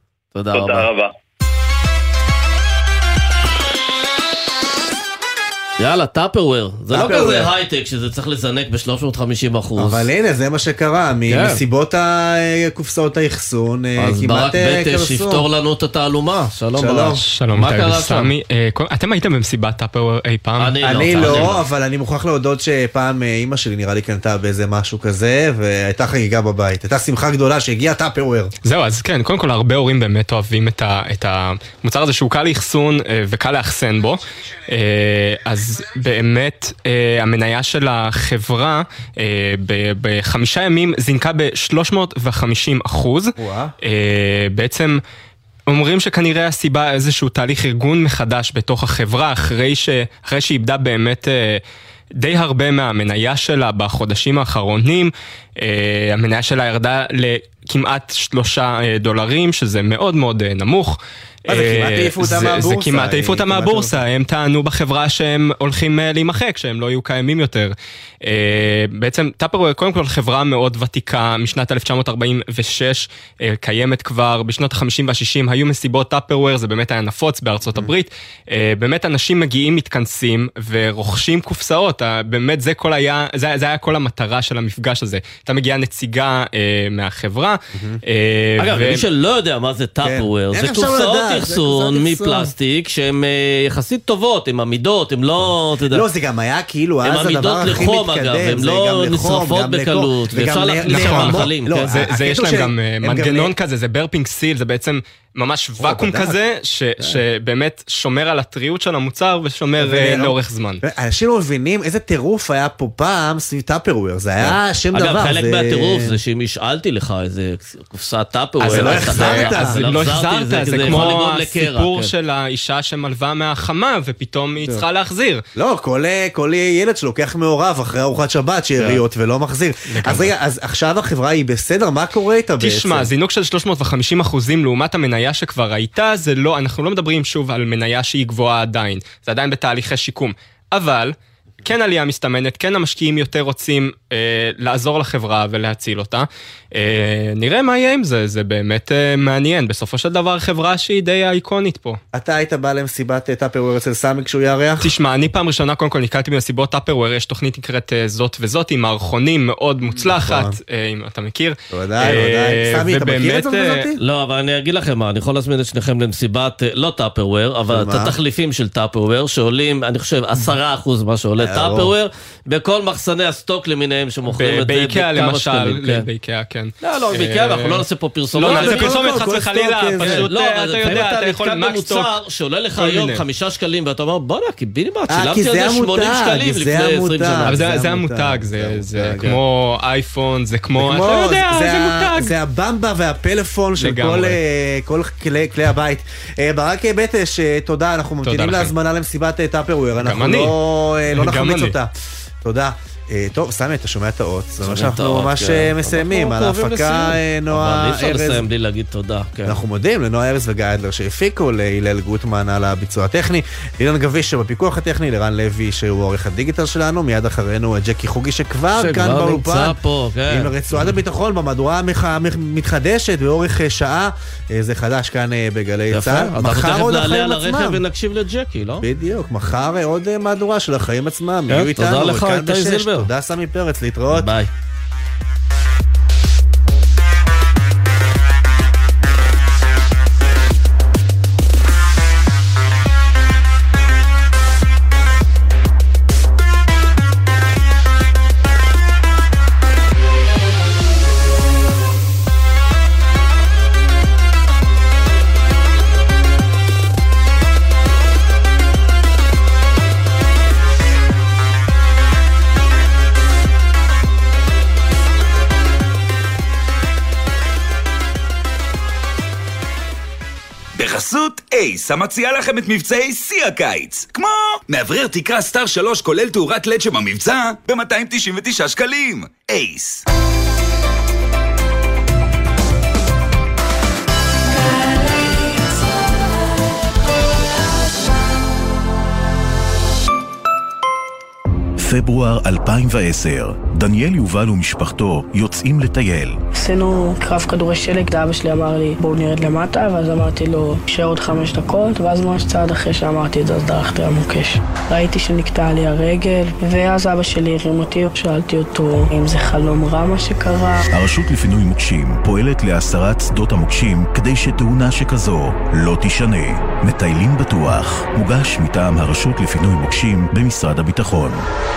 תודה רבה. יאללה, טאפרוויר. זה לא כזה הייטק שזה צריך לזנק ב-350%. אבל הנה, זה מה שקרה. מסיבות הקופסאות האחסון, אז ברק בטש יפתור לנו את התעלומה. שלום, מה קרה שם? אתם הייתם במסיבת טאפרוויר אי פעם? אני לא, אבל אני מוכרח להודות שפעם אמא שלי נראה לי קנתה באיזה משהו כזה, והייתה חגיגה בבית. הייתה שמחה גדולה שהגיעה טאפרוויר. זהו, אז כן, קודם כל הרבה הורים באמת אוהבים את המוצר הזה שהוא קל לאחסון וקל לאחסן בו. אז באמת המניה של החברה ב5 ימים זינקה ב-350%. בעצם אומרים שכנראה הסיבה איזשהו תהליך ארגון מחדש בתוך החברה, אחרי שהיא איבדה באמת די הרבה מהמניה שלה בחודשים האחרונים. המניה שלה ירדה לכמעט $3, שזה מאוד מאוד נמוך. זה כמעט העיפו אותה מהבורסה. זה כמעט העיפו אותה מהבורסה, הם טענו בחברה שהם הולכים להימחק, שהם לא יהיו קיימים יותר. בעצם טאפרוויר קודם כל חברה מאוד ותיקה, משנת 1946, קיימת כבר בשנות ה-50 וה-60, היו מסיבות טאפרוויר, זה באמת היה נפוץ בארצות הברית, באמת אנשים מגיעים, מתכנסים ורוכשים קופסאות, באמת זה היה כל המטרה של המפגש הזה. אתה מגיעה נציגה מהחברה. אגב, מי שלא יודע מה זה טאפרוויר, זה קופסאות אחסון מפלסטיק שהן יחסית טובות, הן עמידות, הן לא... לא, זה גם היה כאילו אז הדבר הכי מתקדם, הן לא נשרפות בקלות, ואפשר להכניס מאכלים. יש להם גם מנגנון כזה, זה ברפינג סיל, זה בעצם ממש וקום כזה, שבאמת שומר על הטריות של המוצר ושומר לאורך זמן. אנשים לא מבינים איזה טירוף היה פה פעם סביב טאפרוויר, זה היה שם דבר. אגב, חלק מהטירוף זה שאם השאלתי לך איזה קופסת טאפרוויר, אז לא החזרת, זה כמו הסיפור של האישה שמלווה מהחמה, ופתאום היא צריכה להחזיר. לא, כל ילד שלוקח מעורב אחרי ארוחת שבת שיריות ולא מחזיר. אז רגע, אז עכשיו החברה היא בסדר, מה קורה איתה בעצם? תשמע, זינוק של 350% לעומת המניה שכבר הייתה, אנחנו לא מדברים שוב על מניה שהיא גבוהה עדיין, זה עדיין בתהליכי שיקום, אבל כן עלייה מסתמנת, כן המשקיעים יותר רוצים לעזור לחברה ולהציל אותה. נראה מה יהיה עם זה, זה באמת מעניין. בסופו של דבר חברה שהיא די האיקונית פה. אתה היית בא למסיבת טאפרוויר אצל סמי כשהוא יארח? תשמע, אני פעם ראשונה קודם כל נקלתי במסיבות טאפרוויר, יש תוכנית נקראת זאת וזאת, עם מערכונים מאוד מוצלחת, אם אתה מכיר. ודאי. סמי, אתה מכיר את זאת וזאתי? לא, אבל אני אגיד לכם מה, אני יכול להזמין את שניכם למסיבת, לא טאפרוויר, אבל את התחליפים של טאפרוויר, שעולים, אני חושב, 10% מה שעולה טאפרוויר, בכל מחסני הסטוק למיניהם שמוכרים את זה באיקאה למשל, באיקאה, כן. לא, באיקאה, אנחנו לא נעשה פה פרסומת. לא נעשה פרסומת חס וחלילה, פשוט אתה יודע, אתה יכול מקס טוק. שעולה לך היום 5 שקלים, ואתה אומר, בוא נע, קיבינימט, שילמתי על זה 80 שקלים לפני 20 שנה. אבל זה המותג, זה כמו אייפון, זה כמו, אתה יודע, זה מותג. זה הבמבה והפלאפון של כל כלי הבית. ברק בטש, תודה, אנחנו ממתינים להזמנה למסיבת טאפרוויר, אנחנו לא נחמיץ אותה. תודה. טוב, סמי, אתה שומע את האות, זה מה שאנחנו ממש מסיימים, על ההפקה נועה ארז. אבל אי אפשר לסיים בלי להגיד תודה. אנחנו מודים לנועה ארז וגיא אדלר שהפיקו, להילל גוטמן על הביצוע הטכני, אילן גביש שבפיקוח הטכני, לרן לוי שהוא עורך הדיגיטל שלנו, מיד אחרינו ג'קי חוגי שכבר כאן באולפן, עם רצועת הביטחון במהדורה המתחדשת באורך שעה, זה חדש כאן בגלי צה"ל. מחר עוד החיים עצמם. ונקשיב לג'קי, לא? בדיוק, מחר עוד מהדורה של החיים עצמם. תודה לך, איתי זילבר. תודה סמי פרץ, להתראות. ביי. בחסות אייס, המציעה לכם את מבצעי שיא הקיץ. כמו מאוורר תקרה סטאר 3 כולל תאורת לד שבמבצע ב-299 שקלים. אייס. פברואר 2010. דניאל יובל ומשפחתו יוצאים לטייל. עשינו קרב כדורי שלג, אבא שלי אמר לי בואו נרד למטה, ואז אמרתי לו שער עוד 5 דקות, ואז ממש צעד אחרי שאמרתי את זה אז דרכתי על מוקש. ראיתי שנקטעה לי הרגל, ואז אבא שלי הרים אותי, שאלתי אותו אם זה חלום רע מה שקרה. הרשות לפינוי מוקשים פועלת להסרת שדות המוקשים כדי שתאונה שכזו לא תשנה. מטיילים בטוח, מוגש מטעם הרשות לפינוי מוקשים במשרד הביטחון.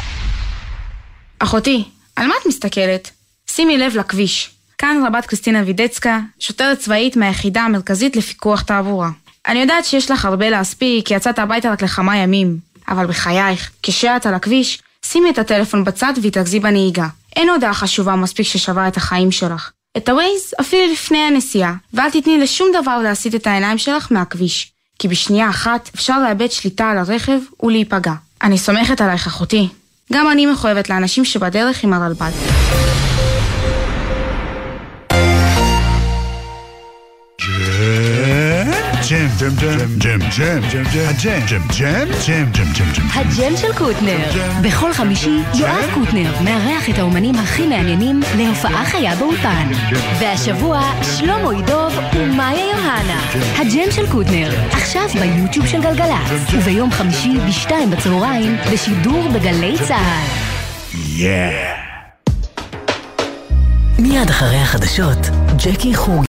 אחותי, על מה את מסתכלת? שימי לב לכביש. כאן רבת קריסטינה וידצקה, שוטרת צבאית מהיחידה המרכזית לפיקוח תעבורה. אני יודעת שיש לך הרבה להספיק, כי יצאת הביתה רק לכמה ימים. אבל בחייך, כשאת על הכביש, שימי את הטלפון בצד והתרכזי בנהיגה. אין הודעה חשובה מספיק ששווה את החיים שלך. את הווייז אפילו לפני הנסיעה, ואל תתני לשום דבר להסיט את העיניים שלך מהכביש. כי בשנייה אחת אפשר לאבד שליטה על הרכב ולהיפגע. אני סומכת עלייך אחותי. גם אני מחויבת לאנשים שבדרך עם הרלב"ד. הג'ם של קוטנר. בכל חמישי יואב קוטנר מארח את האומנים הכי מעניינים להופעה חיה באולפן. והשבוע שלמה עידוב ומאיה יוהנה. הג'ם של קוטנר, עכשיו ביוטיוב של גלגלצ, וביום חמישי ב2 בצהריים בשידור בגלי צהל. מיד אחרי החדשות, ג'קי חוג